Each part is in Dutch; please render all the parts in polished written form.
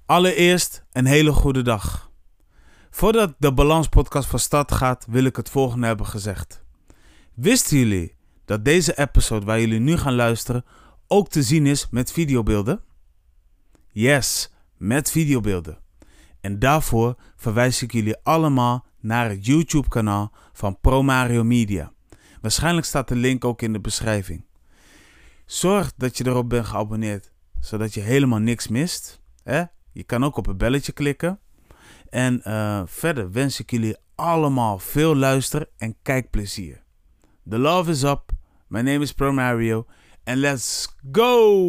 Allereerst een hele goede dag. Voordat de Balans podcast van start gaat, wil ik het volgende hebben gezegd. Wisten jullie dat deze episode waar jullie nu gaan luisteren ook te zien is met videobeelden? Yes, met videobeelden. En daarvoor verwijs ik jullie allemaal naar het YouTube kanaal van ProMario Media. Waarschijnlijk staat de link ook in de beschrijving. Zorg dat je erop bent geabonneerd, zodat je helemaal niks mist. Je kan ook op het belletje klikken. En verder wens ik jullie allemaal veel luister- en kijkplezier. The love is up. My name is ProMario. And let's go!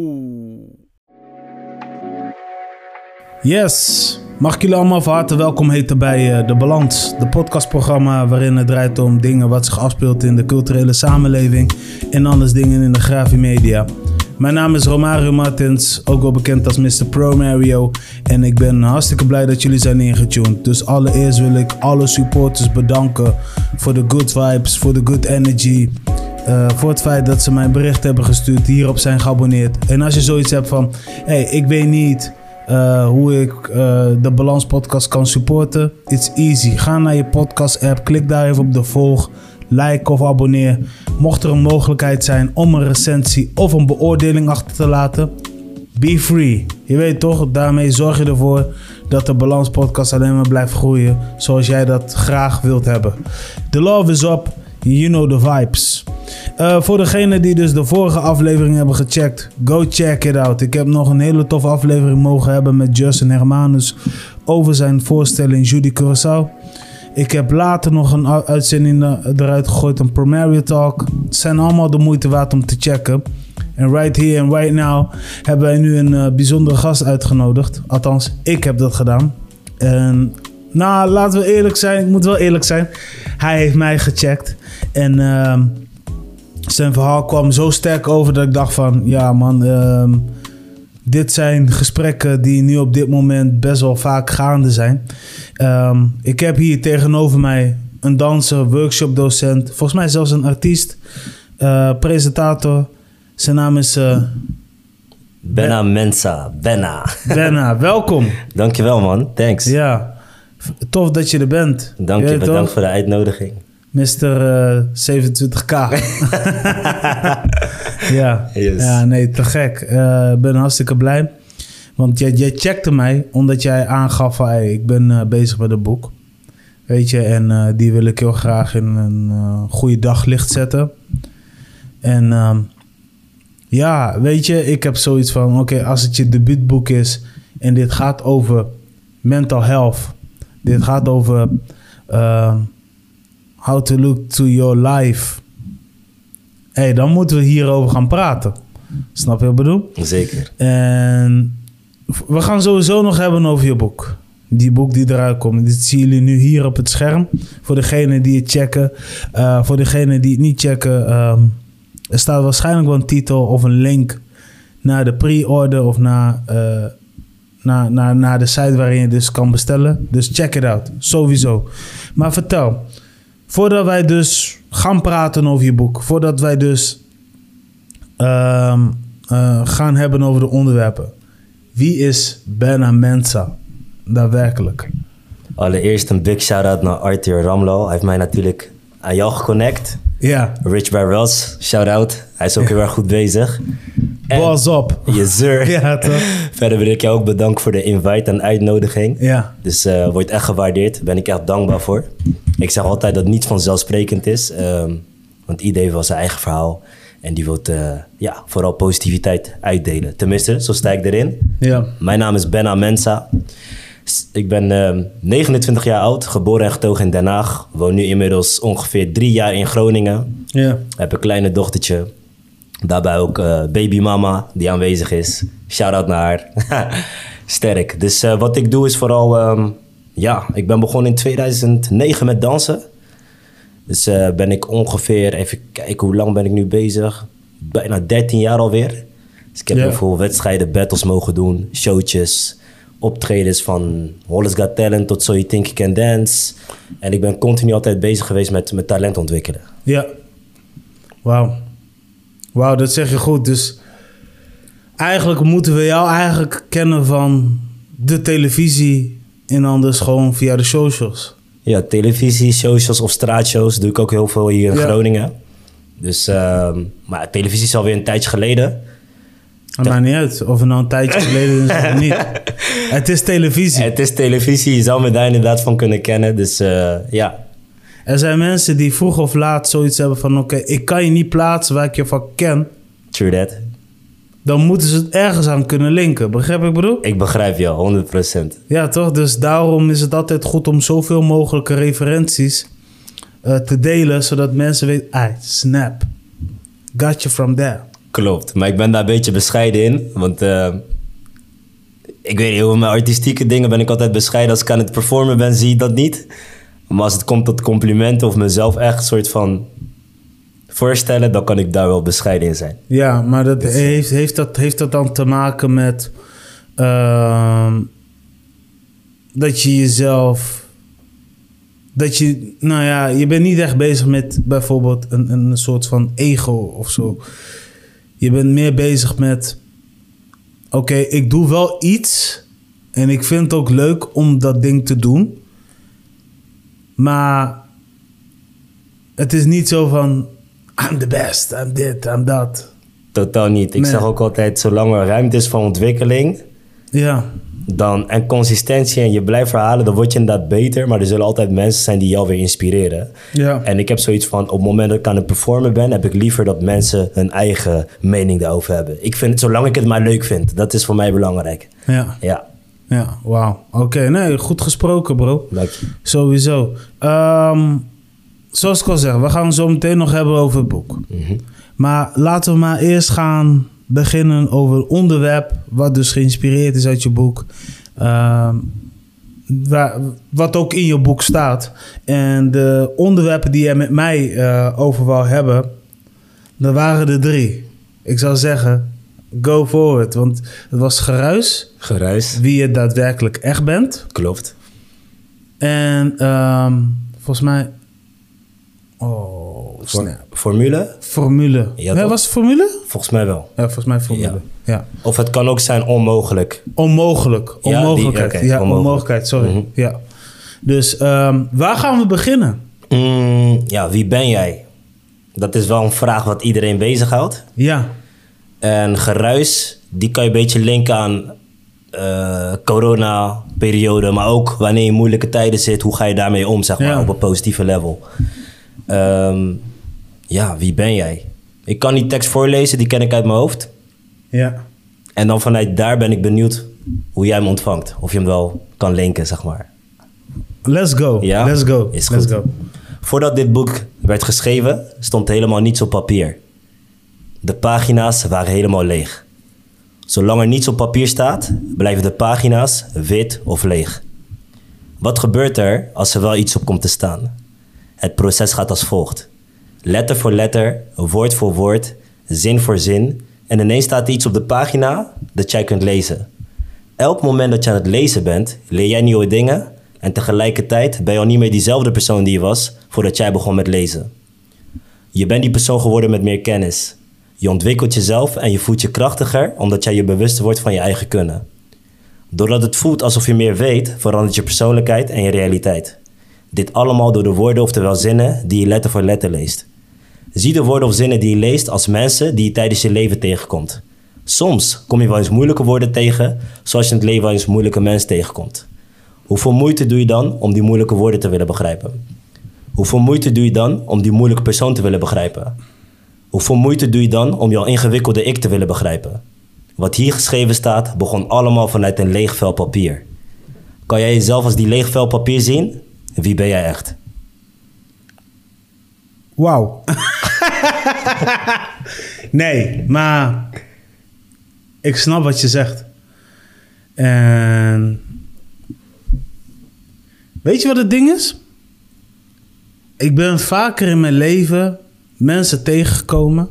Yes, mag ik jullie allemaal van harte welkom heten bij De Balans. De podcastprogramma waarin het draait om dingen wat zich afspeelt in de culturele samenleving. En anders dingen in de grafiemedia. Mijn naam is Romario Martins, ook wel bekend als Mr. ProMario. En ik ben hartstikke blij dat jullie zijn ingetuned. Dus allereerst wil ik alle supporters bedanken voor de good vibes, voor de good energy. Voor het feit dat ze mij een bericht hebben gestuurd, hierop zijn geabonneerd. En als je zoiets hebt van, ik weet niet hoe ik de Balans podcast kan supporten. It's easy. Ga naar je podcast app, klik daar even op de volg, like of abonneer. Mocht er een mogelijkheid zijn om een recensie of een beoordeling achter te laten, be free. Je weet toch, daarmee zorg je ervoor dat de Balans podcast alleen maar blijft groeien zoals jij dat graag wilt hebben. The love is up, you know the vibes. Voor degenen die dus de vorige aflevering hebben gecheckt, go check it out. Ik heb nog een hele toffe aflevering mogen hebben met Justin Hermanus over zijn voorstelling Judy Curaçao. Ik heb later nog een uitzending eruit gegooid, een ProMario Talk. Het zijn allemaal de moeite waard om te checken. En right here and right now hebben wij nu een bijzondere gast uitgenodigd. Althans, ik heb dat gedaan. En laten we eerlijk zijn. Ik moet wel eerlijk zijn. Hij heeft mij gecheckt. En zijn verhaal kwam zo sterk over dat ik dacht van, ja man, dit zijn gesprekken die nu op dit moment best wel vaak gaande zijn. Ik heb hier tegenover mij een danser, workshopdocent, volgens mij zelfs een artiest, presentator. Zijn naam is Benna Mensa. Benna, welkom. Dankjewel man, thanks. Ja, tof dat je er bent. Dank je, bedankt voor de uitnodiging. Mr. 27K. Ja. Yes. Ja, nee, te gek. Ik ben hartstikke blij. Want jij checkte mij omdat jij aangaf van, ik ben bezig met een boek. Weet je, en die wil ik heel graag in een goede daglicht zetten. En ja, weet je, ik heb zoiets van, oké, als het je debuutboek is en dit gaat over mental health. Dit gaat over how to look to your life. Dan moeten we hierover gaan praten. Snap je wat ik bedoel? Zeker. En we gaan sowieso nog hebben over je boek. Die boek die eruit komt. Dit zien jullie nu hier op het scherm. Voor degenen die het checken. Voor degenen die het niet checken. Er staat waarschijnlijk wel een titel of een link naar de pre-order of naar de site waarin je dus kan bestellen. Dus check it out. Sowieso. Maar vertel. Voordat wij dus gaan praten over je boek. Voordat wij dus gaan hebben over de onderwerpen. Wie is Benna Mensa daadwerkelijk? Allereerst een big shout-out naar Arthur Ramlo. Hij heeft mij natuurlijk aan jou geconnect. Ja. Rich Barrels, shout-out. Hij is ook heel erg goed bezig. Boss op. Yes sir. Ja, toch? Verder wil ik jou ook bedanken voor de invite en uitnodiging. Ja. Dus wordt echt gewaardeerd. Daar ben ik echt dankbaar voor. Ik zeg altijd dat niets vanzelfsprekend is. Want iedereen heeft wel zijn eigen verhaal. En die wil vooral positiviteit uitdelen. Tenminste, zo sta ik erin. Ja. Mijn naam is Benna Mensa. Ik ben 29 jaar oud, geboren en getogen in Den Haag. Woon nu inmiddels ongeveer 3 jaar in Groningen. Ja. Heb een kleine dochtertje. Daarbij ook babymama die aanwezig is. Shout-out naar haar. Sterk. Dus wat ik doe is vooral... ik ben begonnen in 2009 met dansen. Dus ben ik ongeveer... Even kijken, hoe lang ben ik nu bezig? Bijna 13 jaar alweer. Dus ik heb heel veel wedstrijden, battles mogen doen. Showtjes, optredens van Hollis Got Talent tot So You Think You Can Dance. En ik ben continu altijd bezig geweest met talent ontwikkelen. Ja. Wauw, dat zeg je goed. Dus eigenlijk moeten we jou eigenlijk kennen van de televisie en anders gewoon via de socials. Ja, televisie, socials of straatshows doe ik ook heel veel hier in Groningen. Dus, maar televisie is alweer een tijdje geleden. Het maakt niet uit of het nou een tijdje geleden is of niet. Het is televisie. Het is televisie, je zou me daar inderdaad van kunnen kennen. Dus ja. Er zijn mensen die vroeg of laat zoiets hebben van... oké, ik kan je niet plaatsen waar ik je van ken. True that. Dan moeten ze het ergens aan kunnen linken. Begrijp wat ik bedoel? Ik begrijp je, 100%. Ja, toch? Dus daarom is het altijd goed om zoveel mogelijke referenties te delen... zodat mensen weten, snap. Got you from there. Klopt, maar ik ben daar een beetje bescheiden in. Want ik weet niet, over mijn artistieke dingen ben ik altijd bescheiden. Als ik aan het performen ben, zie ik dat niet. Maar als het komt tot complimenten of mezelf echt een soort van voorstellen... dan kan ik daar wel bescheiden in zijn. Ja, maar dat heeft dat dan te maken met... dat je jezelf... Dat je... Nou ja, je bent niet echt bezig met bijvoorbeeld een soort van ego of zo... Je bent meer bezig met... Oké, ik doe wel iets... en ik vind het ook leuk om dat ding te doen... maar... het is niet zo van... I'm the best, I'm dit, I'm dat. Totaal niet. Ik zeg ook altijd... zolang er ruimte is voor ontwikkeling... Ja. En consistentie en je blijft verhalen... dan word je inderdaad beter... maar er zullen altijd mensen zijn die jou weer inspireren. Ja. En ik heb zoiets van... op het moment dat ik aan het performen ben... heb ik liever dat mensen hun eigen mening daarover hebben. Ik vind, zolang ik het maar leuk vind... dat is voor mij belangrijk. Ja. Ja. Ja, wauw. Oké, nee, goed gesproken, bro. Dank je. Sowieso. Zoals ik al zeg... we gaan het zo meteen nog hebben over het boek. Mm-hmm. Maar laten we maar eerst gaan... beginnen over het onderwerp... wat dus geïnspireerd is uit je boek. Wat ook in je boek staat. En de onderwerpen die je met mij over wou hebben... er waren er 3. Ik zou zeggen, go forward. Want het was geruis. Geruis. Wie je daadwerkelijk echt bent. Klopt. En volgens mij... Oh, snap. Formule? Formule. Ja, was het formule? Volgens mij wel. Ja, volgens mij formule. Ja. Of het kan ook zijn onmogelijk. Onmogelijkheid. Onmogelijkheid, sorry. Mm-hmm. Ja. Dus waar gaan we beginnen? Ja, wie ben jij? Dat is wel een vraag wat iedereen bezighoudt. Ja. En geruis, die kan je een beetje linken aan corona-periode. Maar ook wanneer je in moeilijke tijden zit, hoe ga je daarmee om, zeg maar, op een positieve level. Ja, wie ben jij? Ik kan die tekst voorlezen, die ken ik uit mijn hoofd. Ja. En dan vanuit daar ben ik benieuwd hoe jij hem ontvangt. Of je hem wel kan linken, zeg maar. Let's go. Ja? Let's go. Is goed. Let's go. Voordat dit boek werd geschreven, stond helemaal niets op papier. De pagina's waren helemaal leeg. Zolang er niets op papier staat, blijven de pagina's wit of leeg. Wat gebeurt er als er wel iets op komt te staan? Het proces gaat als volgt. Letter voor letter, woord voor woord, zin voor zin. En ineens staat er iets op de pagina dat jij kunt lezen. Elk moment dat je aan het lezen bent, leer jij nieuwe dingen. En tegelijkertijd ben je al niet meer diezelfde persoon die je was voordat jij begon met lezen. Je bent die persoon geworden met meer kennis. Je ontwikkelt jezelf en je voelt je krachtiger omdat jij je bewust wordt van je eigen kunnen. Doordat het voelt alsof je meer weet, verandert je persoonlijkheid en je realiteit. Dit allemaal door de woorden oftewel zinnen die je letter voor letter leest. Zie de woorden of zinnen die je leest als mensen die je tijdens je leven tegenkomt. Soms kom je wel eens moeilijke woorden tegen, zoals je in het leven wel eens moeilijke mensen tegenkomt. Hoeveel moeite doe je dan om die moeilijke woorden te willen begrijpen? Hoeveel moeite doe je dan om die moeilijke persoon te willen begrijpen? Hoeveel moeite doe je dan om jouw ingewikkelde ik te willen begrijpen? Wat hier geschreven staat, begon allemaal vanuit een leeg vel papier. Kan jij jezelf als die leeg vel papier zien? Wie ben jij echt? Wauw. Nee, maar ik snap wat je zegt. En weet je wat het ding is? Ik ben vaker in mijn leven mensen tegengekomen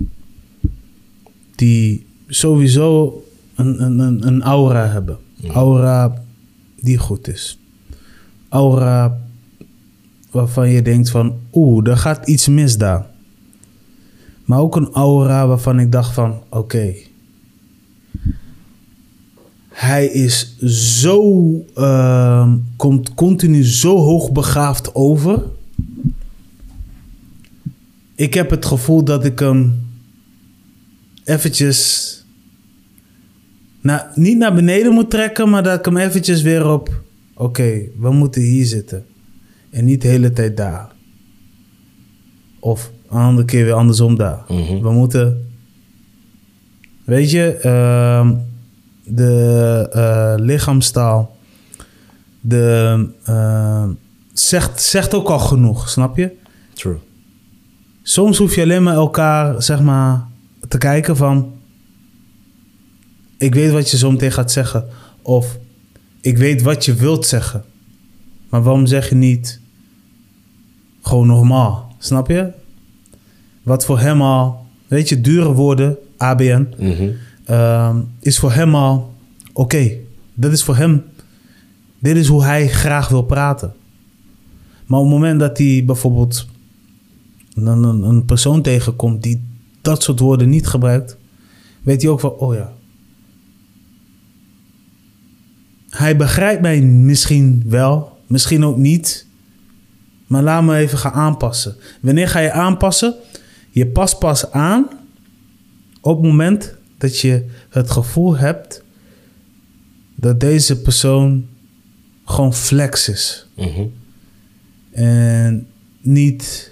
die sowieso een aura hebben. Aura die goed is. Aura waarvan je denkt van, er gaat iets mis daar. Maar ook een aura waarvan ik dacht van, oké. hij is komt continu zo hoogbegaafd over. Ik heb het gevoel dat ik hem eventjes... niet naar beneden moet trekken, maar dat ik hem eventjes weer op... Oké, we moeten hier zitten. En niet de hele tijd daar. Of een andere keer weer andersom daar. Mm-hmm. We moeten... Weet je, de lichaamstaal... zegt ook al genoeg, snap je? True. Soms hoef je alleen maar elkaar, zeg maar, te kijken van... Ik weet wat je zo meteen gaat zeggen. Of ik weet wat je wilt zeggen. Maar waarom zeg je niet gewoon normaal? Snap je? Wat voor hem al... Weet je, dure woorden, ABN... Mm-hmm. Is voor hem al... Oké, dat is voor hem... Dit is hoe hij graag wil praten. Maar op het moment dat hij bijvoorbeeld... een persoon tegenkomt die dat soort woorden niet gebruikt... weet hij ook van, oh ja... Hij begrijpt mij misschien wel, misschien ook niet. Maar laat me even gaan aanpassen. Wanneer ga je aanpassen? Je past pas aan op het moment dat je het gevoel hebt dat deze persoon gewoon flex is. Mm-hmm. En niet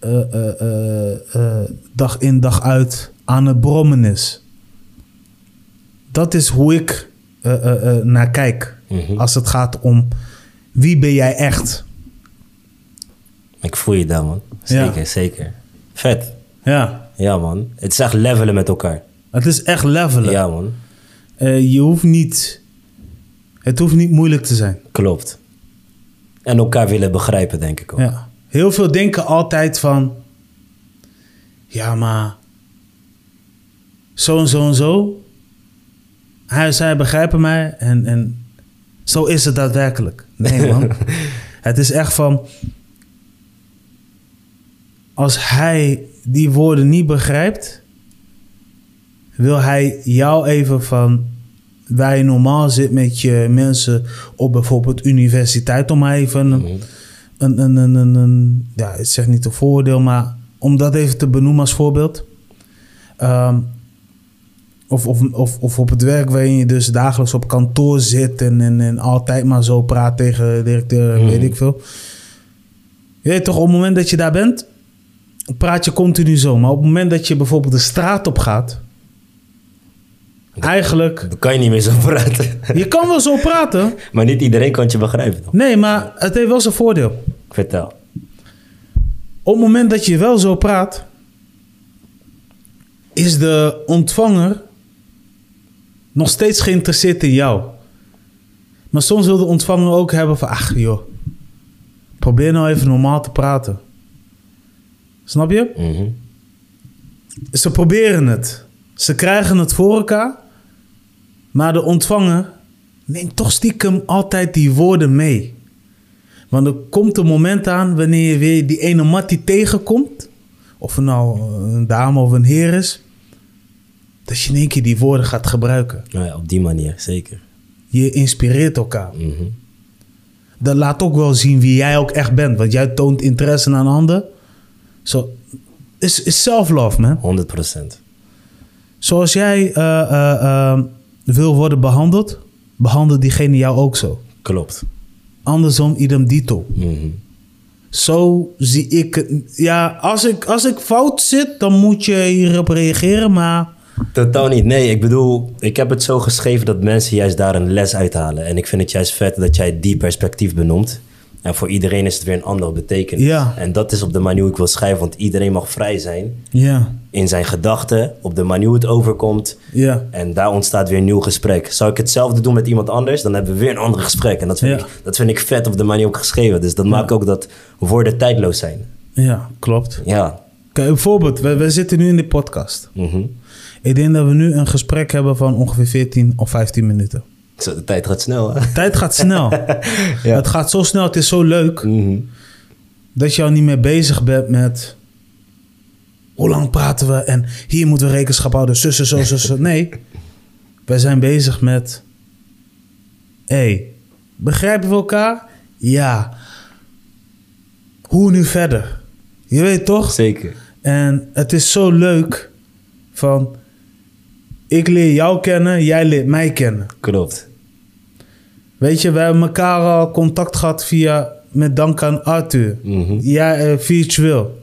dag in dag uit aan het brommen is. Dat is hoe ik naar kijk. Mm-hmm. Als het gaat om wie ben jij echt. Ik voel je daar, man. Zeker, Ja. zeker. Vet. Ja, Ja, man. Het is echt levelen met elkaar. het is echt levelen. Ja, man. Je hoeft niet... Het hoeft niet moeilijk te zijn. Klopt. En elkaar willen begrijpen, denk ik ook. Ja. Heel veel denken altijd van... Ja, maar... Zo en zo en zo. Zij begrijpen mij en zo is het daadwerkelijk. Nee, man. Het is echt van... Als hij die woorden niet begrijpt... wil hij jou even van... waar je normaal zit met je mensen... op bijvoorbeeld universiteit... om even ja, ik zeg niet een voordeel... maar om dat even te benoemen als voorbeeld... Of op het werk waarin je dus dagelijks op kantoor zit... en altijd maar zo praat tegen de directeur, weet ik veel. Je weet toch, op het moment dat je daar bent... praat je continu zo. Maar op het moment dat je bijvoorbeeld de straat op gaat... eigenlijk... Dan kan je niet meer zo praten. Je kan wel zo praten. Maar niet iedereen kan je begrijpen. Dan. Nee, maar het heeft wel zijn voordeel. Vertel. Op het moment dat je wel zo praat... is de ontvanger... nog steeds geïnteresseerd in jou. Maar soms wil de ontvanger ook hebben van... ach joh, probeer nou even normaal te praten. Snap je? Mm-hmm. Ze proberen het. Ze krijgen het voor elkaar. Maar de ontvanger neemt toch stiekem altijd die woorden mee. Want er komt een moment aan wanneer je weer die ene mattie tegenkomt. Of het nou een dame of een heer is. Dat je in één keer die woorden gaat gebruiken. Nou ja, op die manier, zeker. Je inspireert elkaar. Mm-hmm. Dat laat ook wel zien wie jij ook echt bent. Want jij toont interesse aan een ander. Zo, is self-love, man. 100%. Zoals jij wil worden behandeld, behandelt diegene jou ook zo. Klopt. Andersom, idem dito. Mm-hmm. Zo zie ik het. Ja, als ik fout zit, dan moet je hierop reageren, maar... Totaal niet. Nee, ik bedoel, ik heb het zo geschreven dat mensen juist daar een les uithalen. En ik vind het juist vet dat jij die perspectief benoemt. En voor iedereen is het weer een andere betekenis. Ja. En dat is op de manier hoe ik wil schrijven, want iedereen mag vrij zijn Ja, in zijn gedachten, op de manier hoe het overkomt. ja, En daar ontstaat weer een nieuw gesprek. Zou ik hetzelfde doen met iemand anders, dan hebben we weer een ander gesprek. En dat vind ik vet op de manier hoe ik geschreven. Dus dat maakt ook dat woorden tijdloos zijn. ja, klopt. Ja. Kijk, bijvoorbeeld, we zitten nu in de podcast. Mm-hmm. Ik denk dat we nu een gesprek hebben van ongeveer 14 of 15 minuten. Zo, de tijd gaat snel, hè? De tijd gaat snel. Ja. Het gaat zo snel, het is zo leuk... Mm-hmm. dat je al niet meer bezig bent met... hoe lang praten we en hier moeten we rekenschap houden, zussen, zo. Nee, wij zijn bezig met... begrijpen we elkaar? Ja. Hoe nu verder? Je weet toch? Zeker. En het is zo leuk van... Ik leer jou kennen, jij leert mij kennen. Klopt. Weet je, we hebben elkaar al contact gehad met dank aan Arthur. Ja, virtueel.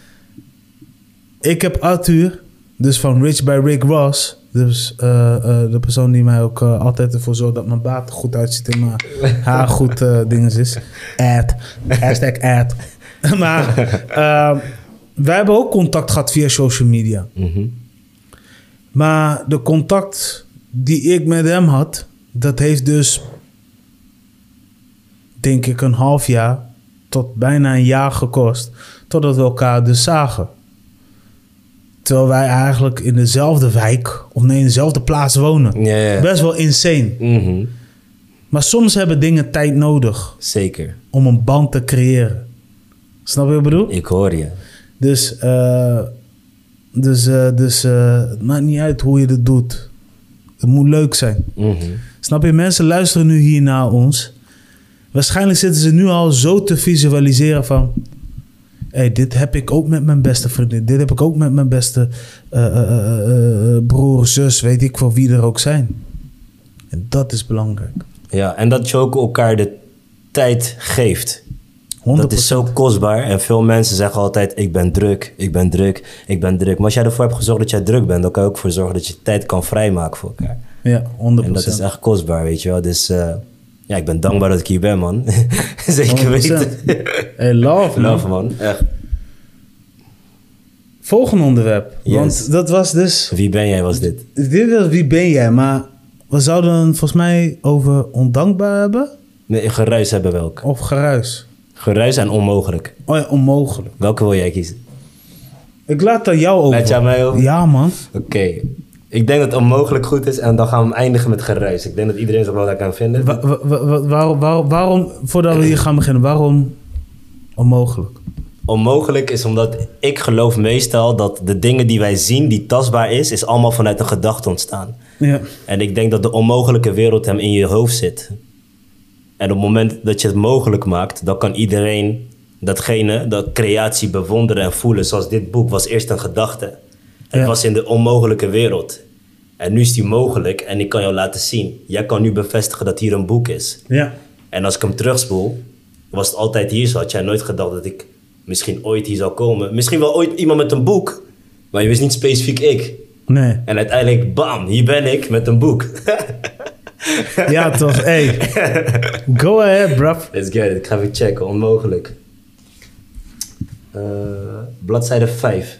Ik heb Arthur, dus van Rich by Rick Ross. Dus de persoon die mij ook altijd ervoor zorgt dat mijn baard goed uitziet en mijn haar goed dinges is. Hashtag ad. Maar wij hebben ook contact gehad via social media. Maar de contact die ik met hem had, dat heeft dus, denk ik, een half jaar tot bijna een jaar gekost. Totdat we elkaar dus zagen. Terwijl wij eigenlijk in dezelfde wijk, of nee, in dezelfde plaats wonen. Ja. Best wel insane. Maar soms hebben dingen tijd nodig. Zeker. Om een band te creëren. Snap je wat ik bedoel? Ik hoor je. Dus het maakt niet uit hoe je het doet. Het moet leuk zijn. Snap je? Mensen luisteren nu hier naar ons. Waarschijnlijk zitten ze nu al zo te visualiseren van... dit heb ik ook met mijn beste vriendin. Dit heb ik ook met mijn beste broer, zus, weet ik wel wie er ook zijn. En dat is belangrijk. Ja, en dat je ook elkaar de tijd geeft. 100%. Dat is zo kostbaar. En veel mensen zeggen altijd, ik ben druk. Maar als jij ervoor hebt gezorgd dat jij druk bent... dan kan je ook ervoor zorgen dat je tijd kan vrijmaken voor elkaar. Ja, 100%. En dat is echt kostbaar, weet je wel. Dus ik ben dankbaar dat ik hier ben, man. Zeker 100%. weten. Hey, love, man. Love, man. Echt. Volgende onderwerp. Yes. Want dat was dus... Wie ben jij, was dit? Dit was wie ben jij, maar... we zouden het volgens mij over ondankbaar hebben. Nee, geruis hebben welke? Of geruis. Geruis en onmogelijk. Oh ja, onmogelijk. Welke wil jij kiezen? Ik laat aan jou over. Laat je aan mij over? Ja, man. Oké. Ik denk dat onmogelijk goed is en dan gaan we hem eindigen met geruis. Ik denk dat iedereen zich wel daar kan vinden. Waarom, voordat we hier gaan beginnen, waarom onmogelijk? Onmogelijk is omdat ik geloof meestal dat de dingen die wij zien, die tastbaar is allemaal vanuit een gedachte ontstaan. Ja. En ik denk dat de onmogelijke wereld hem in je hoofd zit. En op het moment dat je het mogelijk maakt, dan kan iedereen dat creatie bewonderen en voelen. Zoals dit boek was eerst een gedachte. Het was in de onmogelijke wereld. En nu is die mogelijk en ik kan jou laten zien. Jij kan nu bevestigen dat hier een boek is. Ja. En als ik hem terugspoel, was het altijd hier zo. Had jij nooit gedacht dat ik misschien ooit hier zou komen. Misschien wel ooit iemand met een boek. Maar je wist niet specifiek ik. Nee. En uiteindelijk, bam, hier ben ik met een boek. Ja, toch. Hey. Go ahead, bruv. Let's get it. Ik ga even checken. Onmogelijk. Bladzijde 5.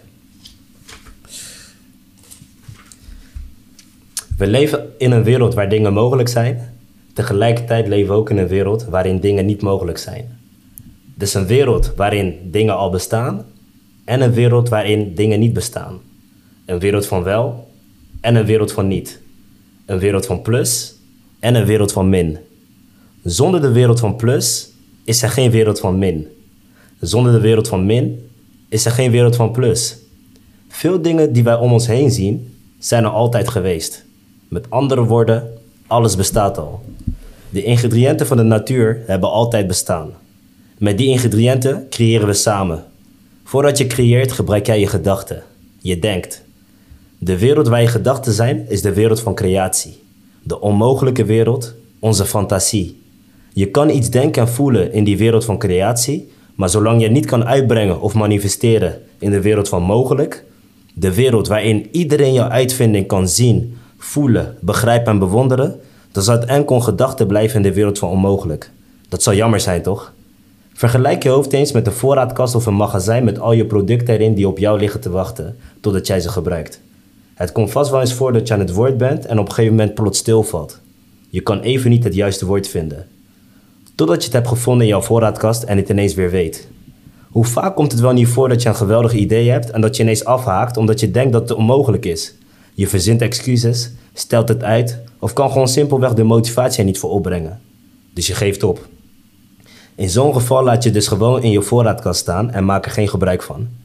We leven in een wereld waar dingen mogelijk zijn. Tegelijkertijd leven we ook in een wereld waarin dingen niet mogelijk zijn. Dus een wereld waarin dingen al bestaan en een wereld waarin dingen niet bestaan. Een wereld van wel en een wereld van niet. Een wereld van plus en een wereld van min. Zonder de wereld van plus is er geen wereld van min. Zonder de wereld van min is er geen wereld van plus. Veel dingen die wij om ons heen zien, zijn er altijd geweest. Met andere woorden, alles bestaat al. De ingrediënten van de natuur hebben altijd bestaan. Met die ingrediënten creëren we samen. Voordat je creëert, gebruik jij je gedachten. Je denkt. De wereld waar je gedachten zijn, is de wereld van creatie. De onmogelijke wereld, onze fantasie. Je kan iets denken en voelen in die wereld van creatie, maar zolang je het niet kan uitbrengen of manifesteren in de wereld van mogelijk, de wereld waarin iedereen jouw uitvinding kan zien, voelen, begrijpen en bewonderen, dan zal het enkel een gedachte blijven in de wereld van onmogelijk. Dat zou jammer zijn, toch? Vergelijk je hoofd eens met een voorraadkast of een magazijn met al je producten erin die op jou liggen te wachten, totdat jij ze gebruikt. Het komt vast wel eens voor dat je aan het woord bent en op een gegeven moment plots stilvalt. Je kan even niet het juiste woord vinden. Totdat je het hebt gevonden in jouw voorraadkast en het ineens weer weet. Hoe vaak komt het wel niet voor dat je een geweldig idee hebt en dat je ineens afhaakt omdat je denkt dat het onmogelijk is? Je verzint excuses, stelt het uit of kan gewoon simpelweg de motivatie er niet voor opbrengen. Dus je geeft op. In zo'n geval laat je dus gewoon in je voorraadkast staan en maak er geen gebruik van.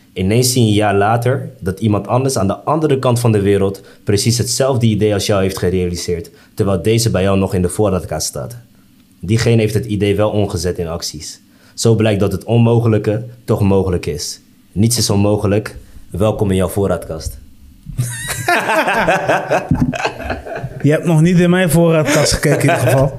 Ineens zie je een jaar later dat iemand anders aan de andere kant van de wereld precies hetzelfde idee als jou heeft gerealiseerd, terwijl deze bij jou nog in de voorraadkast staat. Diegene heeft het idee wel omgezet in acties. Zo blijkt dat het onmogelijke toch mogelijk is. Niets is onmogelijk. Welkom in jouw voorraadkast. Je hebt nog niet in mijn voorraadkast gekeken in ieder geval.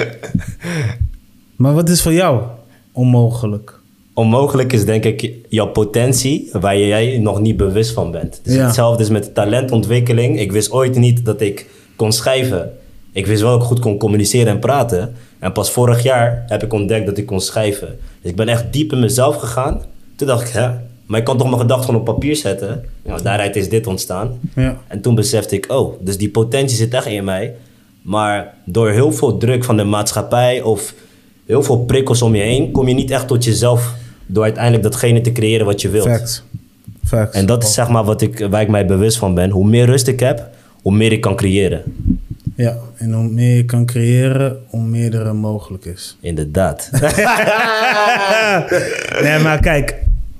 Maar wat is voor jou onmogelijk? Onmogelijk is denk ik jouw potentie waar jij nog niet bewust van bent. Dus hetzelfde is met talentontwikkeling. Ik wist ooit niet dat ik kon schrijven. Ik wist wel dat ik goed kon communiceren en praten. En pas vorig jaar heb ik ontdekt dat ik kon schrijven. Dus ik ben echt diep in mezelf gegaan. Toen dacht ik, maar ik kan toch mijn gedachten gewoon op papier zetten. Nou, daaruit is dit ontstaan. Ja. En toen besefte ik, dus die potentie zit echt in mij. Maar door heel veel druk van de maatschappij of heel veel prikkels om je heen, kom je niet echt tot jezelf door uiteindelijk datgene te creëren wat je wilt. Facts. En dat is zeg maar waar ik mij bewust van ben. Hoe meer rust ik heb, hoe meer ik kan creëren. Ja, en hoe meer je kan creëren, hoe meer er mogelijk is. Inderdaad. Nee, maar kijk.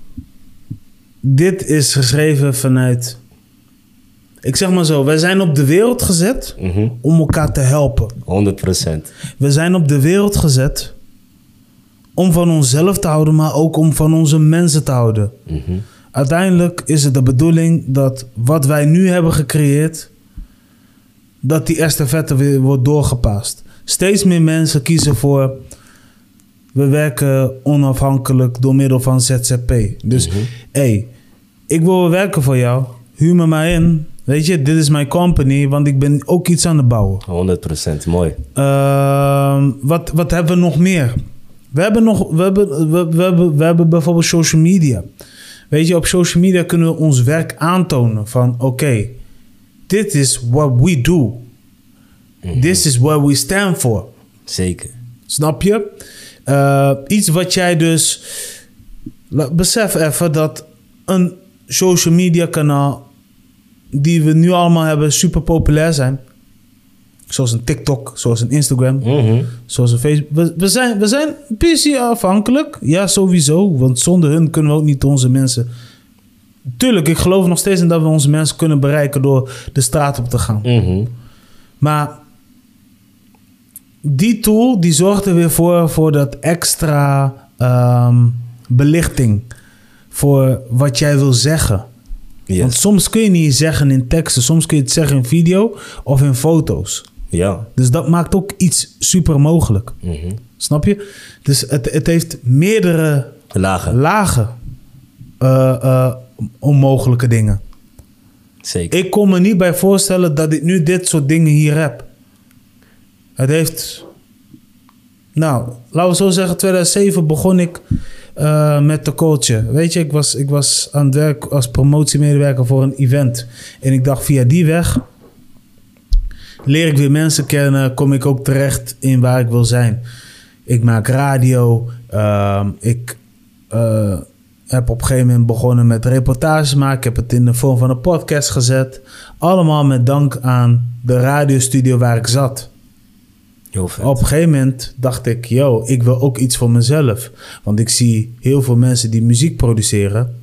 Dit is geschreven vanuit... Ik zeg maar zo, wij zijn op de wereld gezet om elkaar te helpen. 100%. We zijn op de wereld gezet om van onszelf te houden, maar ook om van onze mensen te houden. Uiteindelijk is het de bedoeling dat wat wij nu hebben gecreëerd, dat die estafette weer wordt doorgepast. Steeds meer mensen kiezen voor... We werken onafhankelijk door middel van ZZP. Dus, ik wil werken voor jou. Huur me maar in. Weet je, dit is mijn company, want ik ben ook iets aan het bouwen. 100%, mooi. Wat hebben we nog meer? We hebben bijvoorbeeld social media. Weet je, op social media kunnen we ons werk aantonen van... Oké, dit is what we do. This is what we stand for. Zeker. Snap je? Iets wat jij dus... Besef even dat een social media kanaal... die we nu allemaal hebben super populair zijn. Zoals een TikTok, zoals een Instagram, zoals een Facebook. We zijn een beetje afhankelijk. Ja, sowieso. Want zonder hun kunnen we ook niet onze mensen... Tuurlijk, ik geloof nog steeds in dat we onze mensen kunnen bereiken... door de straat op te gaan. Maar die tool, die zorgt er weer voor dat extra belichting... voor wat jij wil zeggen. Yes. Want soms kun je niet zeggen in teksten. Soms kun je het zeggen in video of in foto's. Ja. Dus dat maakt ook iets super mogelijk. Snap je? Dus het heeft meerdere lagen onmogelijke dingen. Zeker. Ik kon me niet bij voorstellen dat ik nu dit soort dingen hier heb. Het heeft... Nou, laten we zo zeggen, 2007 begon ik... met te coachen. Weet je, ik was aan het werk als promotiemedewerker voor een event. En ik dacht, via die weg leer ik weer mensen kennen. Kom ik ook terecht in waar ik wil zijn. Ik maak radio. Ik heb op een gegeven moment begonnen met reportages maken. Ik heb het in de vorm van een podcast gezet. Allemaal met dank aan de radiostudio waar ik zat. Op een gegeven moment dacht ik... ik wil ook iets voor mezelf. Want ik zie heel veel mensen die muziek produceren...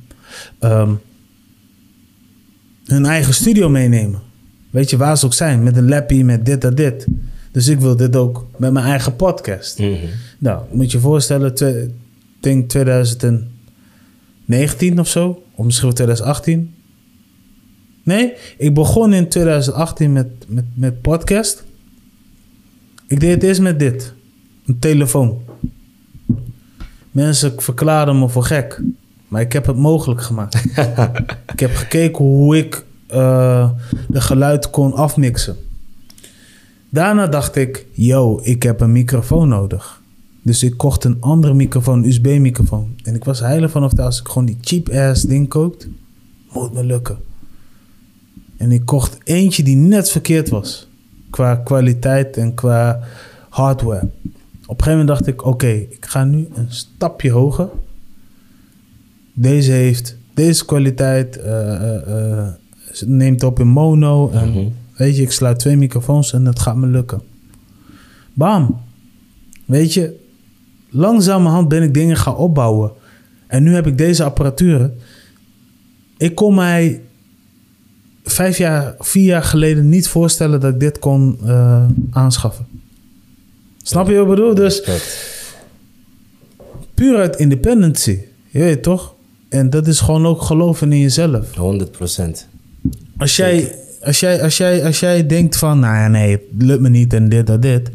hun eigen studio meenemen. Weet je, waar ze ook zijn. Met een lappie, met dit en dit. Dus ik wil dit ook met mijn eigen podcast. Nou, moet je je voorstellen... ik denk 2019 of zo. Of misschien 2018. Nee, ik begon in 2018 met podcast... Ik deed het eerst met dit. Een telefoon. Mensen verklaarden me voor gek. Maar ik heb het mogelijk gemaakt. Ik heb gekeken hoe ik de geluid kon afmixen. Daarna dacht ik... ik heb een microfoon nodig. Dus ik kocht een andere microfoon, een USB-microfoon. En ik was heilig vanaf dat als ik gewoon die cheap-ass ding koopt... moet me lukken. En ik kocht eentje die net verkeerd was... qua kwaliteit en qua hardware. Op een gegeven moment dacht ik... Oké, ik ga nu een stapje hoger. Deze heeft deze kwaliteit. Neemt op in mono. En weet je, ik sluit 2 microfoons en het gaat me lukken. Bam. Weet je, langzamerhand ben ik dingen gaan opbouwen. En nu heb ik deze apparatuur. Ik kon mij 4 jaar geleden niet voorstellen dat ik dit kon aanschaffen. Snap je wat ik bedoel? Dus puur uit independency. Je weet toch? En dat is gewoon ook geloven in jezelf. 100%. Als jij denkt van, nou ja, nee, het lukt me niet en dit.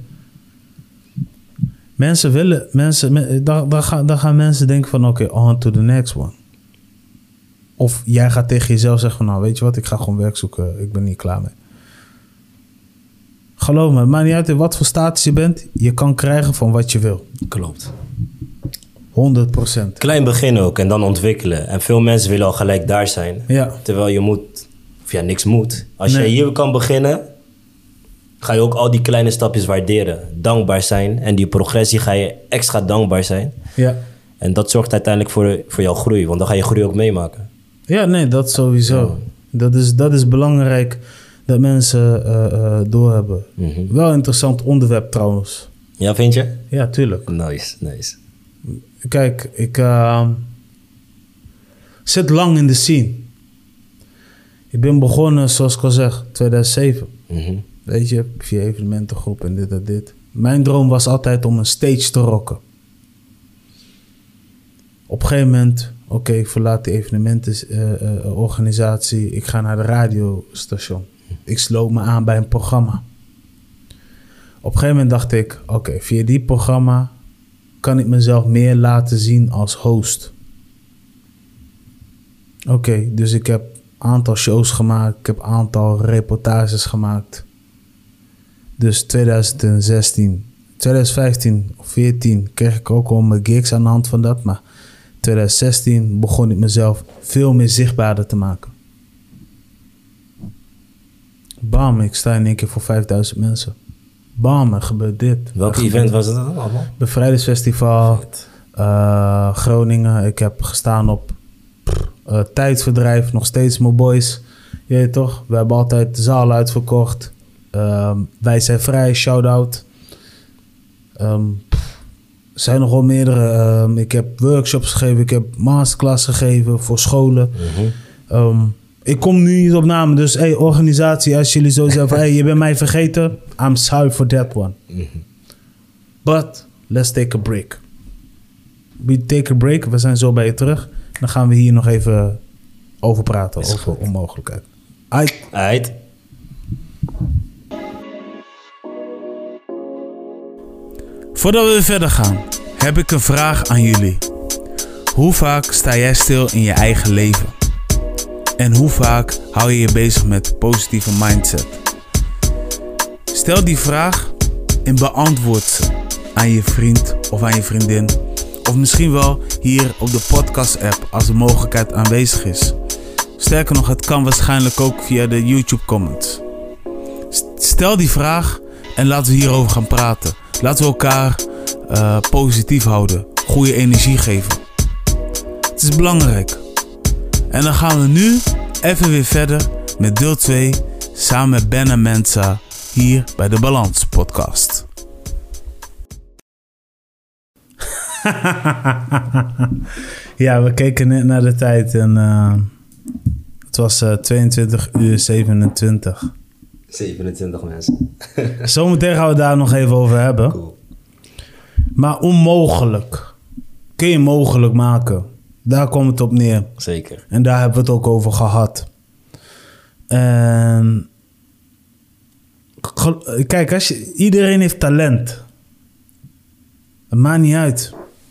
Dan gaan mensen denken van, oké, on to the next one. Of jij gaat tegen jezelf zeggen van, nou, weet je wat, ik ga gewoon werk zoeken. Ik ben niet klaar mee. Geloof me, het maakt niet uit in wat voor status je bent. Je kan krijgen van wat je wil. Klopt. 100%. Klein begin ook en dan ontwikkelen. En veel mensen willen al gelijk daar zijn. Ja. Terwijl je moet, of ja, niks moet. Als je hier kan beginnen, ga je ook al die kleine stapjes waarderen. Dankbaar zijn. En die progressie ga je extra dankbaar zijn. Ja. En dat zorgt uiteindelijk voor jouw groei. Want dan ga je groei ook meemaken. Ja, nee, dat sowieso. Ja. Dat is belangrijk dat mensen doorhebben. Mm-hmm. Wel een interessant onderwerp trouwens. Ja, vind je? Ja, tuurlijk. Nice. Kijk, ik zit lang in de scene. Ik ben begonnen, zoals ik al zeg, 2007. Mm-hmm. Weet je, via evenementengroep en dit. Mijn droom was altijd om een stage te rocken. Op een gegeven moment, oké, ik verlaat de evenementenorganisatie. Ik ga naar de radiostation. Ik sloot me aan bij een programma. Op een gegeven moment dacht ik, oké, via die programma kan ik mezelf meer laten zien als host. Oké, dus ik heb een aantal shows gemaakt. Ik heb een aantal reportages gemaakt. Dus 2015 of 2014 kreeg ik ook al mijn gigs aan de hand van dat. Maar 2016 begon ik mezelf veel meer zichtbaarder te maken. Bam, ik sta in één keer voor 5000 mensen. Bam, er gebeurt dit. Welk event was het dan allemaal? Bevrijdingsfestival, Groningen. Ik heb gestaan op Tijdverdrijf, nog steeds mijn boys. Je weet toch, we hebben altijd de zaal uitverkocht. Wij zijn vrij, shout-out. Er zijn nog wel meerdere. Ik heb workshops gegeven, ik heb masterclass gegeven voor scholen. Mm-hmm. Ik kom nu niet op namen, dus organisatie, als jullie zo zeggen van, je bent mij vergeten, I'm sorry for that one. Mm-hmm. But let's take a break. We take a break, we zijn zo bij je terug. Dan gaan we hier nog even over praten, over onmogelijkheid. Aight. Voordat we verder gaan, heb ik een vraag aan jullie. Hoe vaak sta jij stil in je eigen leven? En hoe vaak hou je je bezig met positieve mindset? Stel die vraag en beantwoord ze aan je vriend of aan je vriendin. Of misschien wel hier op de podcast-app als de mogelijkheid aanwezig is. Sterker nog, het kan waarschijnlijk ook via de YouTube-comments. Stel die vraag en laten we hierover gaan praten. Laten we elkaar positief houden. Goede energie geven. Het is belangrijk. En dan gaan we nu even weer verder met deel 2 samen met Ben en Mensa hier bij de Balans podcast. Ja, we keken net naar de tijd en het was 22:27. 27 mensen. Zometeen gaan we daar nog even over hebben. Cool. Maar onmogelijk. Kun je mogelijk maken. Daar komt het op neer. Zeker. En daar hebben we het ook over gehad. En kijk, iedereen heeft talent. Het maakt niet uit.